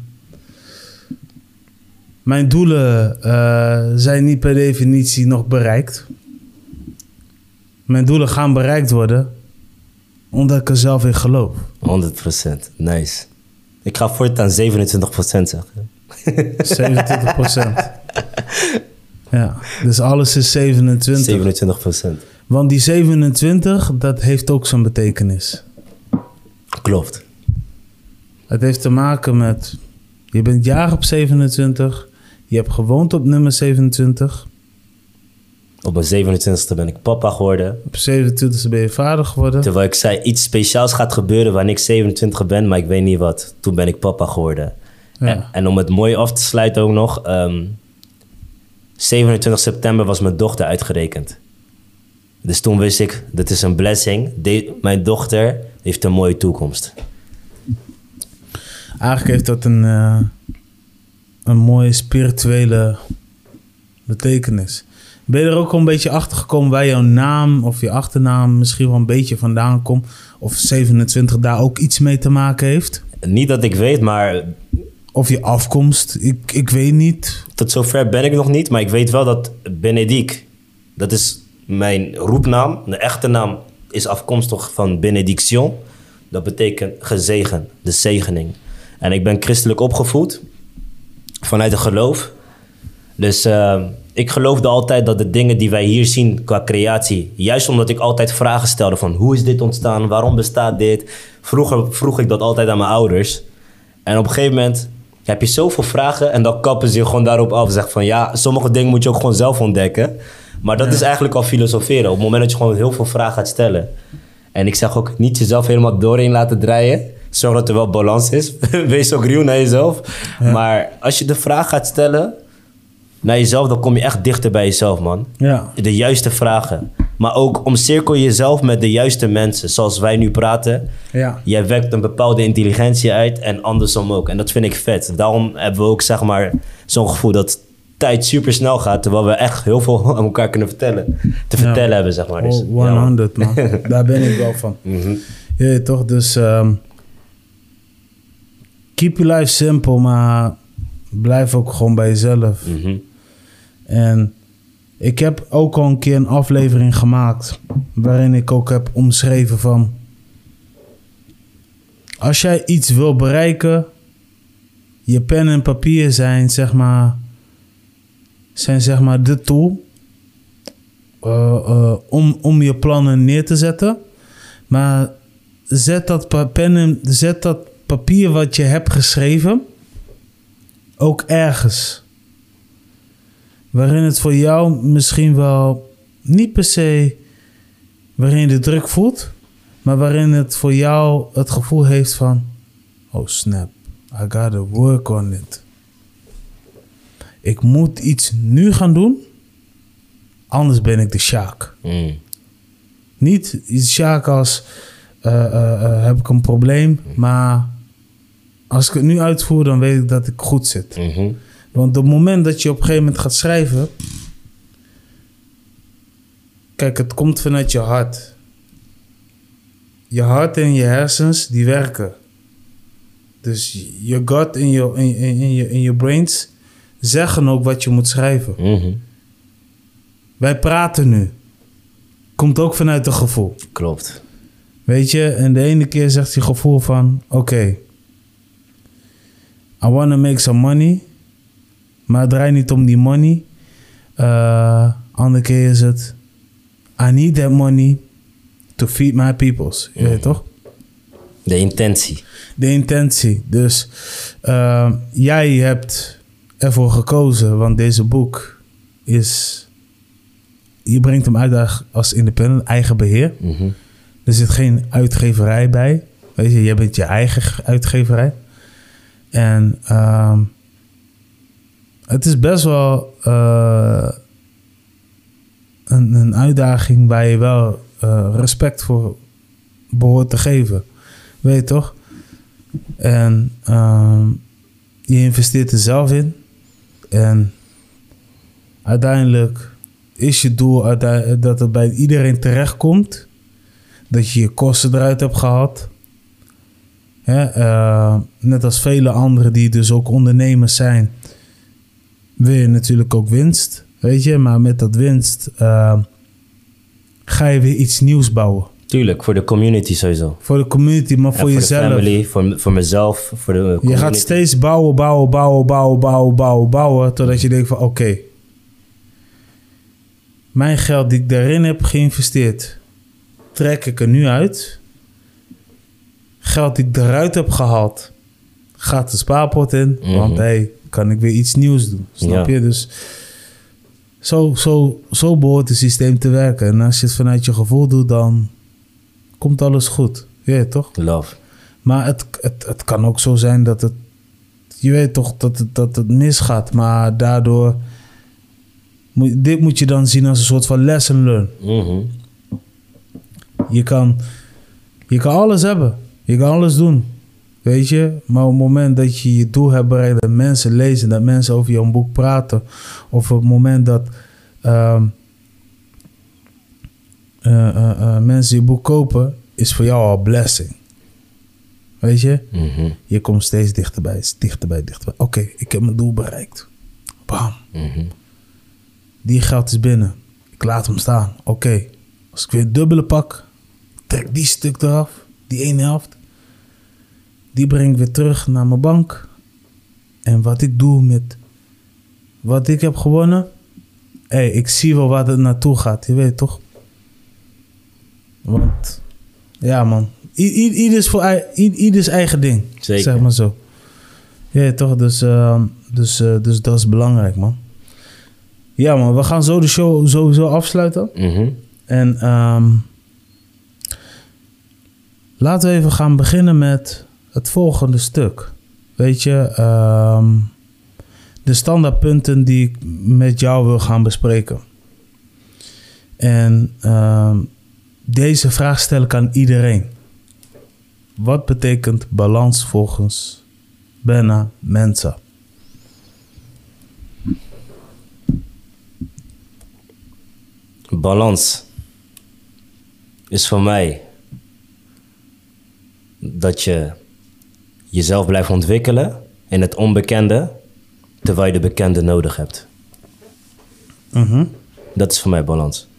mijn doelen zijn niet per definitie nog bereikt. Mijn doelen gaan bereikt worden omdat ik er zelf in geloof. 100%. Nice. Ik ga voortaan 27% zeggen. 27%. Ja, dus alles is 27. 27%. Want die 27, dat heeft ook zijn betekenis. Klopt. Het heeft te maken met, je bent jarig op 27, je hebt gewoond op nummer 27. Op mijn 27e ben ik papa geworden. Op 27e ben je vader geworden. Terwijl ik zei, iets speciaals gaat gebeuren wanneer ik 27 ben, maar ik weet niet wat. Toen ben ik papa geworden. Ja. En om het mooi af te sluiten ook nog, 27 september was mijn dochter uitgerekend. Dus toen wist ik, dit is een blessing. Mijn dochter heeft een mooie toekomst. Eigenlijk heeft dat een mooie spirituele betekenis. Ben je er ook al een beetje achter gekomen waar jouw naam of je achternaam misschien wel een beetje vandaan komt? Of 27 daar ook iets mee te maken heeft? Niet dat ik weet, maar... Of je afkomst, ik weet niet. Tot zover ben ik nog niet, maar ik weet wel dat Benedict, dat is mijn roepnaam. De echte naam is afkomstig van benediction. Dat betekent gezegen, de zegening. En ik ben christelijk opgevoed vanuit het geloof. Dus ik geloofde altijd dat de dingen die wij hier zien qua creatie... juist omdat ik altijd vragen stelde van hoe is dit ontstaan, waarom bestaat dit? Vroeger vroeg ik dat altijd aan mijn ouders. En op een gegeven moment heb je zoveel vragen en dan kappen ze je gewoon daarop af. Zeg van ja, sommige dingen moet je ook gewoon zelf ontdekken. Maar dat is eigenlijk al filosoferen. Op het moment dat je gewoon heel veel vragen gaat stellen. En ik zeg ook niet jezelf helemaal doorheen laten draaien. Zorg dat er wel balans is. Wees ook ruw naar jezelf. Ja. Maar als je de vraag gaat stellen naar jezelf, dan kom je echt dichter bij jezelf, man. Ja. De juiste vragen. Maar ook omcirkel jezelf met de juiste mensen. Zoals wij nu praten. Ja. Jij wekt een bepaalde intelligentie uit en andersom ook. En dat vind ik vet. Daarom hebben we ook, zeg maar, zo'n gevoel dat tijd super snel gaat. Terwijl we echt heel veel aan elkaar kunnen vertellen. Vertellen hebben, zeg maar. Dus, 100, man. Daar ben ik wel van. Mm-hmm. Ja, toch? Dus keep your life simple, maar blijf ook gewoon bij jezelf. Mm-hmm. En ik heb ook al een keer een aflevering gemaakt waarin ik ook heb omschreven van... Als jij iets wil bereiken, je pen en papier zijn zeg maar de tool om je plannen neer te zetten. Maar zet dat papier wat je hebt geschreven ook ergens. Waarin het voor jou misschien wel niet per se waarin je de druk voelt, maar waarin het voor jou het gevoel heeft van oh snap, I gotta work on it. Ik moet iets nu gaan doen, anders ben ik de Sjaak. Niet iets Sjaak als heb ik een probleem, maar als ik het nu uitvoer, dan weet ik dat ik goed zit. Mm-hmm. Want op het moment dat je op een gegeven moment gaat schrijven... Kijk, het komt vanuit je hart. Je hart en je hersens, die werken. Dus je gut en je brains zeggen ook wat je moet schrijven. Mm-hmm. Wij praten nu. Komt ook vanuit het gevoel. Klopt. Weet je, en de ene keer zegt je gevoel van... Oké, I want to make some money... Maar het draait niet om die money. Andere keer is het... I need that money to feed my peoples. Je weet toch? De intentie. De intentie. Dus jij hebt ervoor gekozen. Want deze boek is... Je brengt hem uit als independent. Eigen beheer. Mm-hmm. Er zit geen uitgeverij bij. Weet je, jij bent je eigen uitgeverij. En... het is best wel een uitdaging waar je wel respect voor behoort te geven. Weet je toch? En je investeert er zelf in. En uiteindelijk is je doel dat het bij iedereen terechtkomt. Dat je je kosten eruit hebt gehad. Net als vele anderen die dus ook ondernemers zijn... wil je natuurlijk ook winst, weet je. Maar met dat winst ga je weer iets nieuws bouwen. Tuurlijk, voor de community sowieso. Voor de community, maar voor jezelf. Voor de family, voor mezelf, voor de community. Je gaat steeds bouwen, totdat je denkt van oké. Mijn geld die ik daarin heb geïnvesteerd, trek ik er nu uit. Geld die ik eruit heb gehaald, gaat de spaarpot in. Mm-hmm. Want kan ik weer iets nieuws doen. Snap je? Dus zo behoort het systeem te werken. En als je het vanuit je gevoel doet, dan komt alles goed. Je weet toch? Love. Maar het kan ook zo zijn dat het... Je weet toch dat het misgaat. Maar daardoor... Dit moet je dan zien als een soort van lesson learn. Mm-hmm. Je kan alles hebben. Je kan alles doen. Weet je? Maar op het moment dat je je doel hebt bereikt... dat mensen lezen, dat mensen over jouw boek praten... of op het moment dat mensen die boek kopen, is voor jou al blessing. Weet je? Mhm. Je komt steeds dichterbij. Oké, ik heb mijn doel bereikt. Bam. Mhm. Die geld is binnen. Ik laat hem staan. Oké. Als ik weer het dubbele pak, trek die stuk eraf. Die ene helft. Die breng ik weer terug naar mijn bank. En wat ik doe met wat ik heb gewonnen. Ik zie wel waar het naartoe gaat. Je weet toch? Want, ja man. Ieders eigen ding. Zeker. Zeg maar zo. Ja, toch? Dus dat is belangrijk, man. Ja, man. We gaan zo de show sowieso afsluiten. Mhm. En laten we even gaan beginnen met het volgende stuk. Weet je, de standaardpunten die ik met jou wil gaan bespreken. En deze vraag stel ik aan iedereen. Wat betekent balans volgens Benna Mensa? Balans is voor mij dat je jezelf blijft ontwikkelen in het onbekende, terwijl je de bekende nodig hebt. Dat is voor mij balans.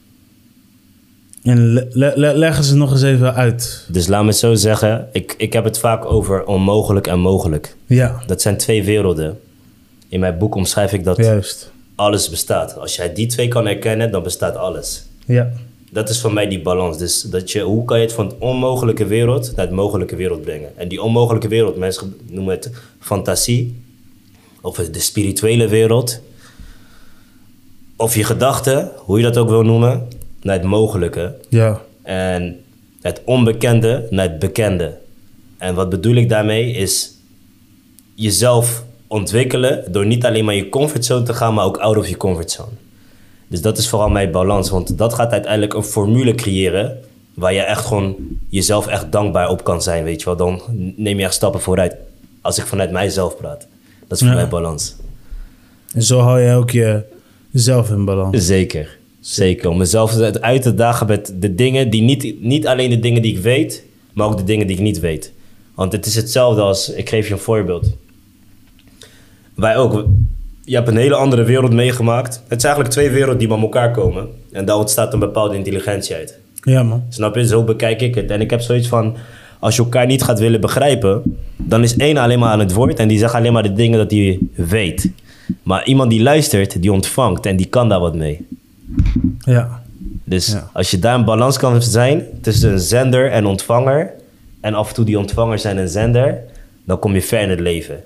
En leggen ze nog eens even uit. Dus laat me het zo zeggen, ik heb het vaak over onmogelijk en mogelijk. Ja, Dat zijn twee werelden. In mijn boek omschrijf ik dat juist. alles bestaat. Als jij die twee kan herkennen, dan bestaat alles. Ja, Dat is voor mij die balans. Dus hoe kan je het van het onmogelijke wereld naar het mogelijke wereld brengen? En die onmogelijke wereld, mensen noemen het fantasie. Of de spirituele wereld. Of je gedachten, hoe je dat ook wil noemen, naar het mogelijke. ja, En het onbekende naar het bekende. En wat bedoel ik daarmee is jezelf ontwikkelen door niet alleen maar je comfortzone te gaan, maar ook out of je comfortzone. Dus dat is vooral mijn balans, want dat gaat uiteindelijk een formule creëren waar je echt gewoon jezelf echt dankbaar op kan zijn, weet je wel. Dan neem je echt stappen vooruit. Als ik vanuit mijzelf praat. Dat is voor mij balans. en zo hou je ook jezelf in balans. Zeker. Zeker. Om mezelf uit te dagen met de dingen die niet alleen de dingen die ik weet, maar ook de dingen die ik niet weet. Want het is hetzelfde als, ik geef je een voorbeeld. Wij ook. Je hebt een hele andere wereld meegemaakt. Het zijn eigenlijk twee werelden die bij elkaar komen. En daar ontstaat een bepaalde intelligentie uit. Ja, man. Snap je? Zo bekijk ik het. En ik heb zoiets van, als je elkaar niet gaat willen begrijpen, dan is één alleen maar aan het woord en die zegt alleen maar de dingen dat hij weet. Maar iemand die luistert, die ontvangt en die kan daar wat mee. Ja. Dus als je daar een balans kan zijn tussen een zender en ontvanger, en af en toe die ontvanger zijn een zender, dan kom je ver in het leven.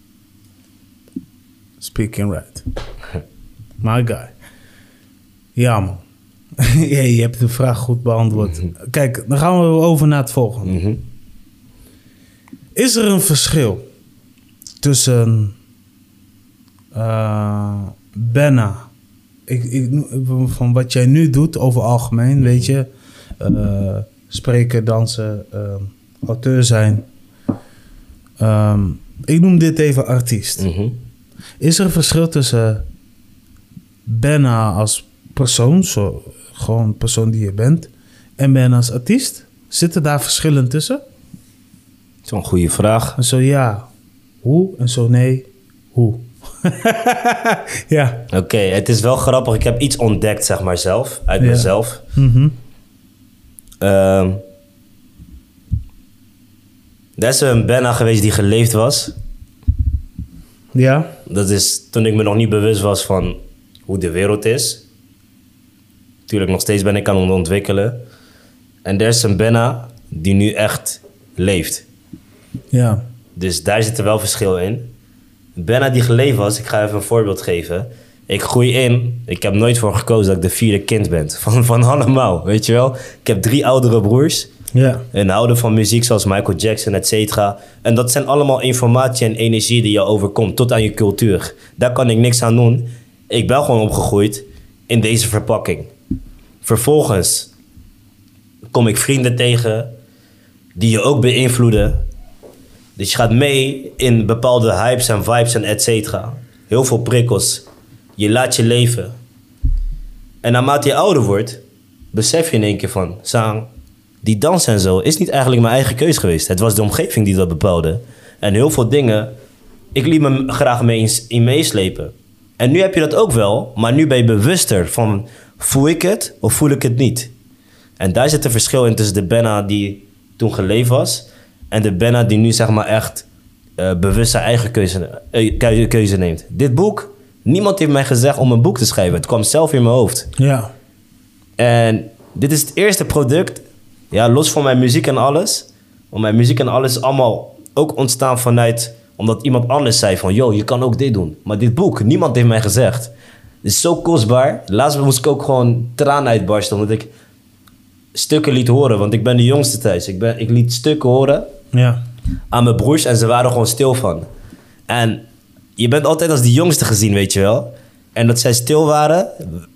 Speaking right. My guy. Ja, man. Ja, je hebt de vraag goed beantwoord. Kijk, dan gaan we over naar het volgende. Is er een verschil tussen Benna, van wat jij nu doet over algemeen, weet je, spreken, dansen, auteur zijn. Ik noem dit even artiest. Is er een verschil tussen Benna als persoon, gewoon persoon die je bent, en Benna als artiest? Zitten daar verschillen tussen? Zo'n goede vraag. En zo ja, hoe? En zo nee, hoe? Ja. Oké, het is wel grappig. Ik heb iets ontdekt, zeg maar, zelf. Uit mezelf. Er is een Benna geweest die geleefd was. Ja. Dat is toen ik me nog niet bewust was van hoe de wereld is. Tuurlijk, nog steeds ben ik aan het ontwikkelen. En er is een Benna die nu echt leeft. Ja. Dus daar zit er wel verschil in. Benna die geleefd was, ik ga even een voorbeeld geven. Ik groei in, ik heb nooit voor gekozen dat ik de 4e kind ben. Van allemaal, weet je wel. Ik heb 3 oudere broers. Ja. En houden van muziek zoals Michael Jackson, et cetera. En dat zijn allemaal informatie en energie die je overkomt tot aan je cultuur. Daar kan ik niks aan doen. Ik ben gewoon opgegroeid in deze verpakking. Vervolgens kom ik vrienden tegen die je ook beïnvloeden. Dus je gaat mee in bepaalde hypes en vibes en et cetera. Heel veel prikkels. Je laat je leven. En naarmate je ouder wordt, besef je in één keer van... Sang, die dans en zo is niet eigenlijk mijn eigen keus geweest. Het was de omgeving die dat bepaalde. En heel veel dingen, ik liet me graag in meeslepen. En nu heb je dat ook wel, maar nu ben je bewuster van... Voel ik het of voel ik het niet? En daar zit een verschil in tussen de Benna die toen geleefd was... en de Benna die nu zeg maar echt bewust zijn eigen keuze neemt. Dit boek, niemand heeft mij gezegd om een boek te schrijven. Het kwam zelf in mijn hoofd. Ja. En dit is het eerste product, ja, los van mijn muziek en alles. Want mijn muziek en alles is allemaal ook ontstaan vanuit... omdat iemand anders zei van, yo, je kan ook dit doen. Maar dit boek, niemand heeft mij gezegd. Het is zo kostbaar. Laatst moest ik ook gewoon tranen uitbarsten... omdat ik stukken liet horen. Want ik ben de jongste thuis. Ik liet stukken horen aan mijn broers... en ze waren er gewoon stil van. En je bent altijd als de jongste gezien, weet je wel. En dat zij stil waren...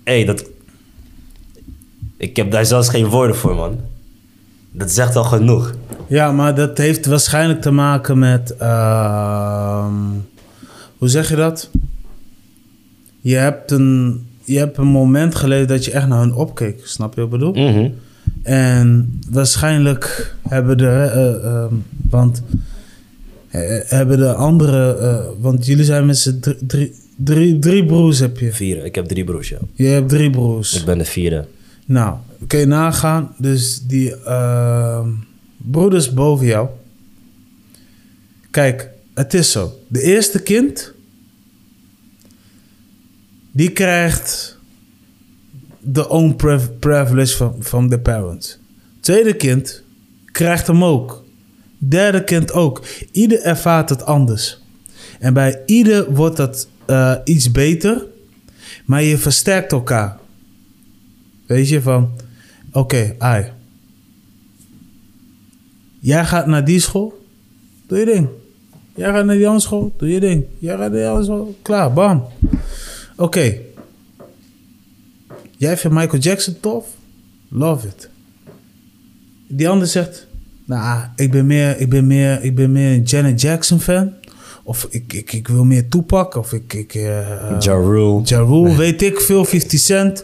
Ik heb daar zelfs geen woorden voor, man. Dat zegt al genoeg. Ja, maar dat heeft waarschijnlijk te maken met... hoe zeg je dat? Je hebt een moment geleden dat je echt naar hun opkeek. Snap je wat ik bedoel? Mm-hmm. En waarschijnlijk hebben hebben de andere... want jullie zijn met z'n drie broers heb je. 4. Ik heb 3 broers, ja. Je hebt 3 broers. Ik ben de 4e. Nou, kun je nagaan. Dus die broeders boven jou. Kijk, het is zo. De eerste kind... die krijgt de own privilege van de parents. Tweede kind krijgt hem ook. Derde kind ook. Ieder ervaart het anders. En bij ieder wordt dat iets beter. Maar je versterkt elkaar. Weet je, van... Oké, jij gaat naar die school. Doe je ding. Jij gaat naar die andere school. Doe je ding. Jij gaat naar die andere school. Klaar, bam. Oké. Jij vindt Michael Jackson tof? Love it. Die ander zegt... Nou, ik ben meer een Janet Jackson fan. Of ik wil meer Tupac. Of Ja Rule, weet ik veel, 50 Cent.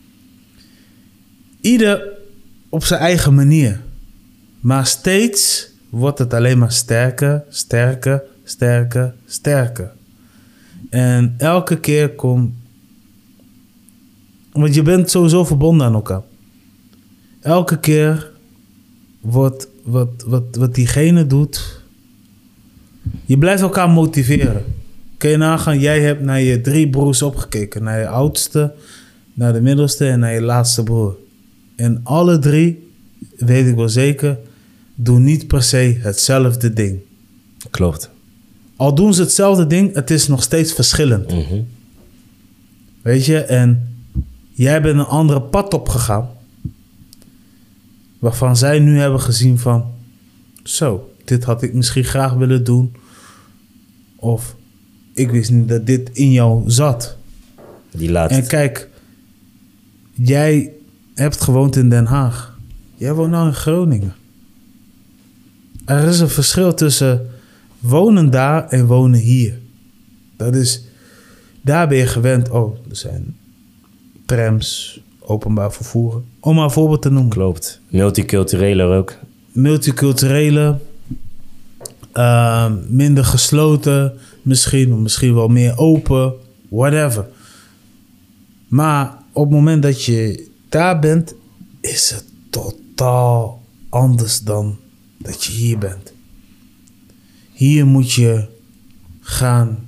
Ieder op zijn eigen manier. Maar steeds wordt het alleen maar sterker, sterker, sterker, sterker. En elke keer komt... Want je bent sowieso verbonden aan elkaar. Elke keer wordt wat diegene doet... Je blijft elkaar motiveren. Kun je nagaan, jij hebt naar je 3 broers opgekeken. Naar je oudste, naar de middelste en naar je laatste broer. En alle 3, weet ik wel zeker, doen niet per se hetzelfde ding. Klopt. Al doen ze hetzelfde ding, het is nog steeds verschillend. Mm-hmm. Weet je, en jij bent een andere pad opgegaan. Waarvan zij nu hebben gezien van... Zo, dit had ik misschien graag willen doen. Of ik wist niet dat dit in jou zat. Die laatste. En kijk, jij hebt gewoond in Den Haag. Jij woont nou in Groningen. Er is een verschil tussen wonen daar en wonen hier. Dat is... Daar ben je gewend. Oh, er zijn trams, openbaar vervoer. Om maar een voorbeeld te noemen. Klopt. Multiculturele ook. Multiculturele. Minder gesloten. Misschien wel meer open. Whatever. Maar op het moment dat je daar bent... is het totaal anders dan dat je hier bent. Hier moet je gaan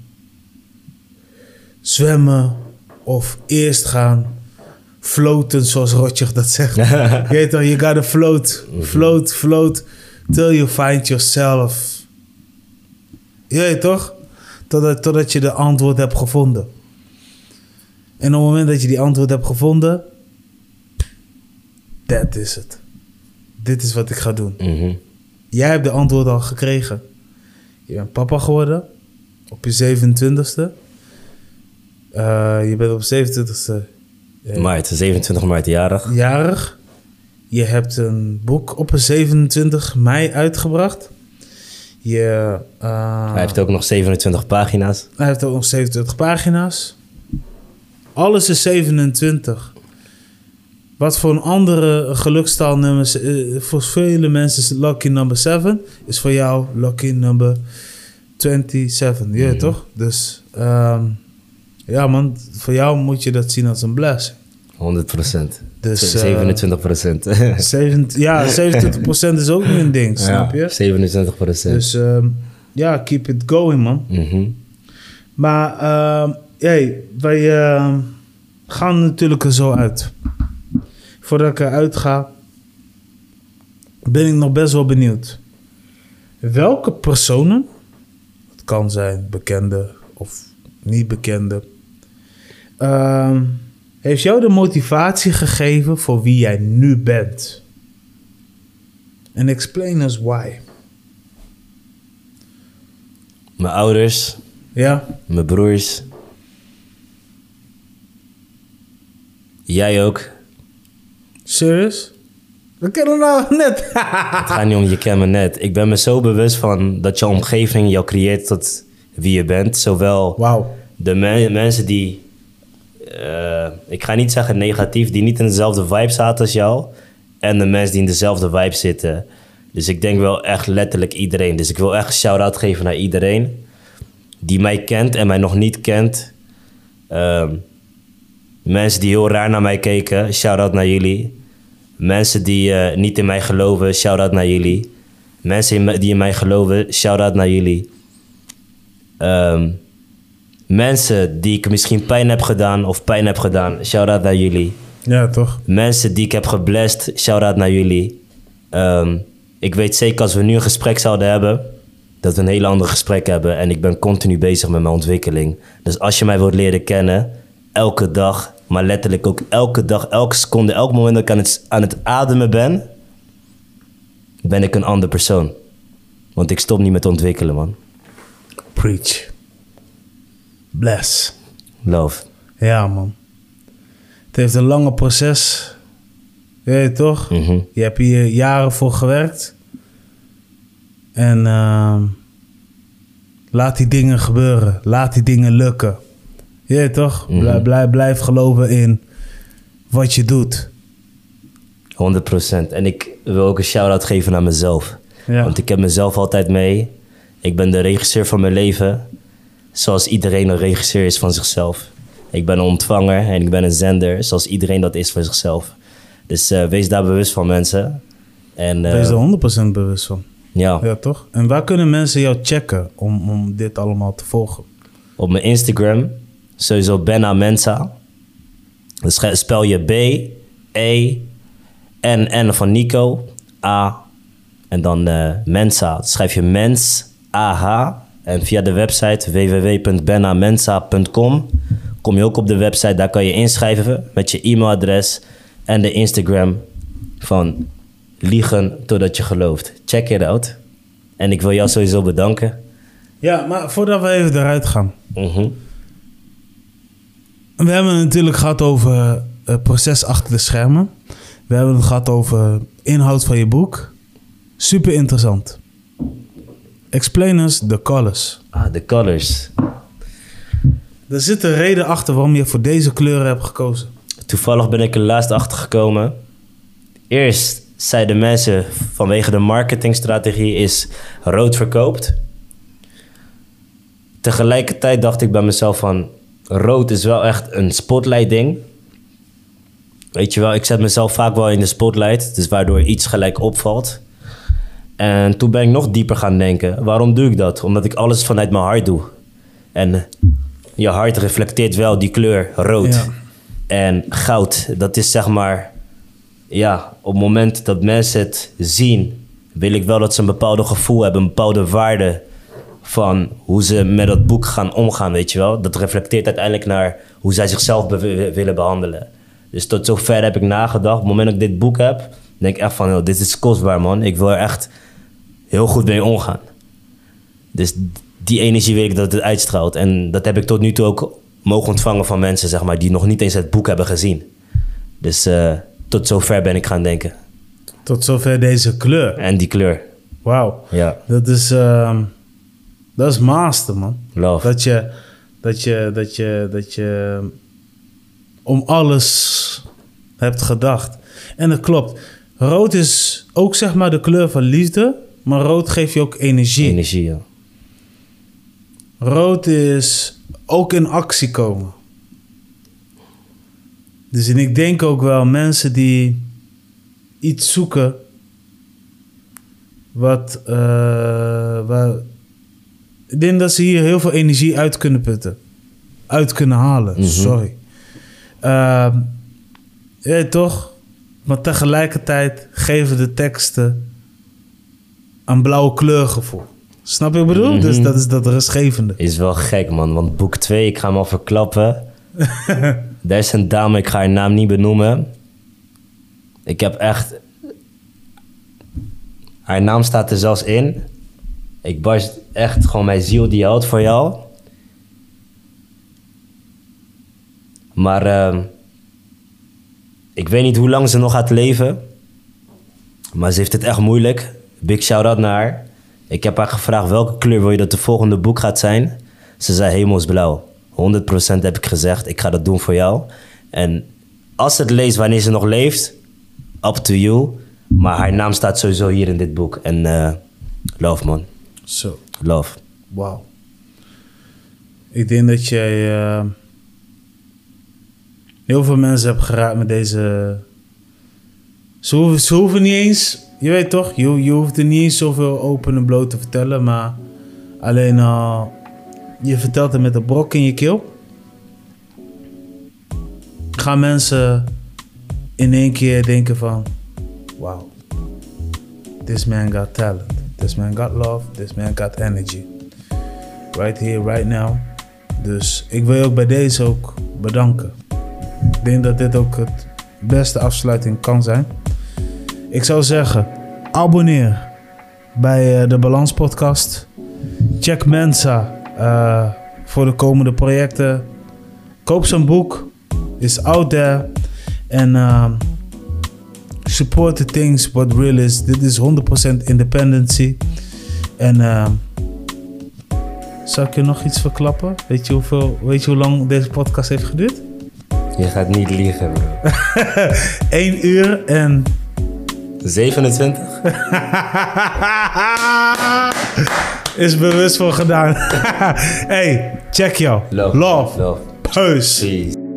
zwemmen of eerst gaan floaten, zoals Rotjoch dat zegt. Je weet toch, you gotta float till you find yourself. Je weet toch? Totdat je de antwoord hebt gevonden. En op het moment dat je die antwoord hebt gevonden, dat is het. Dit is wat ik ga doen. Mm-hmm. Jij hebt de antwoord al gekregen. Je bent papa geworden op je 27e. Je bent op 27e... Maart, 27 maart jarig. Je hebt een boek op een 27 mei uitgebracht. Hij heeft ook nog 27 pagina's. Hij heeft ook nog 27 pagina's. Alles is 27. Wat voor een andere gelukstaalnummers... voor vele mensen is lucky number 7. Is voor jou lucky number 27. Ja, toch? Dus ja man, voor jou moet je dat zien als een blessing. 100%. Dus, 27%. Ja, 27% is ook nu een ding, snap je? 27%. Dus ja, keep it going, man. Mm-hmm. Maar hey, wij gaan natuurlijk er zo uit. Voordat ik eruit ga, ben ik nog best wel benieuwd. Welke personen, het kan zijn bekende of niet bekende, heeft jou de motivatie gegeven voor wie jij nu bent? And explain us why. Mijn ouders. Ja? Mijn broers. Jij ook. Serious? We kennen nou net. Het gaat niet om je kent me net. Ik ben me zo bewust van dat je omgeving jou creëert tot wie je bent. Zowel de mensen die... ik ga niet zeggen negatief, die niet in dezelfde vibe zaten als jou. En de mensen die in dezelfde vibe zitten. Dus ik denk wel echt letterlijk iedereen. Dus ik wil echt een shout-out geven naar iedereen die mij kent en mij nog niet kent. Mensen die heel raar naar mij keken, shout-out naar jullie. Mensen die niet in mij geloven, shout-out naar jullie. Mensen die in mij geloven, shout-out naar jullie. Mensen die ik misschien pijn heb gedaan, shout-out naar jullie. Ja, toch? Mensen die ik heb geblest, shout-out naar jullie. Ik weet zeker als we nu een gesprek zouden hebben, dat we een hele ander gesprek hebben. En ik ben continu bezig met mijn ontwikkeling. Dus als je mij wilt leren kennen, elke dag, maar letterlijk ook elke dag, elke seconde, elk moment dat ik aan het ademen ben ik een ander persoon. Want ik stop niet met ontwikkelen, man. Preach. Bless. Love. Ja, man. Het heeft een lange proces. Weet je toch? Mm-hmm. Je hebt hier jaren voor gewerkt. En laat die dingen gebeuren. Laat die dingen lukken. Je weet toch? Mm-hmm. Blijf geloven in wat je doet. 100%. En ik wil ook een shout-out geven naar mezelf. Ja. Want ik heb mezelf altijd mee. Ik ben de regisseur van mijn leven. Zoals iedereen een regisseur is van zichzelf. Ik ben een ontvanger en ik ben een zender. Zoals iedereen dat is voor zichzelf. Dus wees daar bewust van, mensen. En, wees er 100% bewust van. Ja. Ja, toch? En waar kunnen mensen jou checken om dit allemaal te volgen? Op mijn Instagram. Sowieso Benna Mensa. Dus spel je B-E-N-N van Nico. A. En dan Mensa. Dan schrijf je mens. A-H. En via de website www.bennamensa.com kom je ook op de website. Daar kan je inschrijven met je e-mailadres en de Instagram van Liegen Totdat Je Gelooft. Check it out. En ik wil jou sowieso bedanken. Ja, maar voordat we even eruit gaan. Mm-hmm. We hebben het natuurlijk gehad over het proces achter de schermen. We hebben het gehad over inhoud van je boek. Super interessant. Explain us the colors. De colors. Er zit een reden achter waarom je voor deze kleuren hebt gekozen. Toevallig ben ik er laatst achter gekomen. Eerst zeiden mensen vanwege de marketingstrategie is rood verkoopt. Tegelijkertijd dacht ik bij mezelf van rood is wel echt een spotlight ding. Weet je wel, ik zet mezelf vaak wel in de spotlight. Dus waardoor iets gelijk opvalt. En toen ben ik nog dieper gaan denken. Waarom doe ik dat? Omdat ik alles vanuit mijn hart doe. En je hart reflecteert wel die kleur rood. Ja. En goud, dat is zeg maar... Ja, op het moment dat mensen het zien... wil ik wel dat ze een bepaald gevoel hebben... een bepaalde waarde van hoe ze met dat boek gaan omgaan, weet je wel. Dat reflecteert uiteindelijk naar hoe zij zichzelf willen behandelen. Dus tot zover heb ik nagedacht. Op het moment dat ik dit boek heb... denk ik echt van, oh, dit is kostbaar, man. Ik wil er echt heel goed mee omgaan. Dus die energie weet ik dat het uitstraalt. En dat heb ik tot nu toe ook mogen ontvangen van mensen, zeg maar, die nog niet eens het boek hebben gezien. Dus tot zover ben ik gaan denken. Tot zover deze kleur. En die kleur. Wauw. Ja. Dat is master, man. Love. Dat je om alles hebt gedacht. En dat klopt. Rood is ook zeg maar de kleur van liefde, maar rood geeft je ook energie. Energie, ja. Rood is ook in actie komen. Dus en ik denk ook wel mensen die iets zoeken ik denk dat ze hier heel veel energie uit kunnen putten. Uit kunnen halen, sorry. Ja, toch? Maar tegelijkertijd geven de teksten een blauwe kleurgevoel. Snap je wat ik bedoel? Dus dat is dat rustgevende. Is wel gek, man. Want boek 2, ik ga hem al verklappen. Er is een dame, ik ga haar naam niet benoemen. Ik heb echt... Haar naam staat er zelfs in. Ik barst echt gewoon mijn ziel die houdt voor jou. Maar ik weet niet hoe lang ze nog gaat leven. Maar ze heeft het echt moeilijk. Big shout-out naar haar. Ik heb haar gevraagd welke kleur wil je dat de volgende boek gaat zijn. Ze zei hemelsblauw. 100% heb ik gezegd, ik ga dat doen voor jou. En als ze het leest wanneer ze nog leeft, up to you. Maar haar naam staat sowieso hier in dit boek. En love, man. Zo. Love. Wauw. Ik denk dat jij heel veel mensen hebt geraakt met deze... Ze hoeven niet eens... Je weet toch, je hoeft er niet eens zoveel open en bloot te vertellen, maar alleen je vertelt het met een brok in je keel. Gaan mensen in één keer denken van... Wow, this man got talent. This man got love. This man got energy. Right here, right now. Dus ik wil je ook bij deze ook bedanken. Ik denk dat dit ook het beste afsluiting kan zijn. Ik zou zeggen, abonneer bij de Balans Podcast. Check Mensa voor de komende projecten. Koop zijn boek. Is out there. En support the things what real is. Dit is 100% independency. En zal ik je nog iets verklappen? Weet je hoe lang deze podcast heeft geduurd? Je gaat niet liegen, bro. 1 uur en... 27? Is bewust voor gedaan. Hey, check jou. Love. Peace.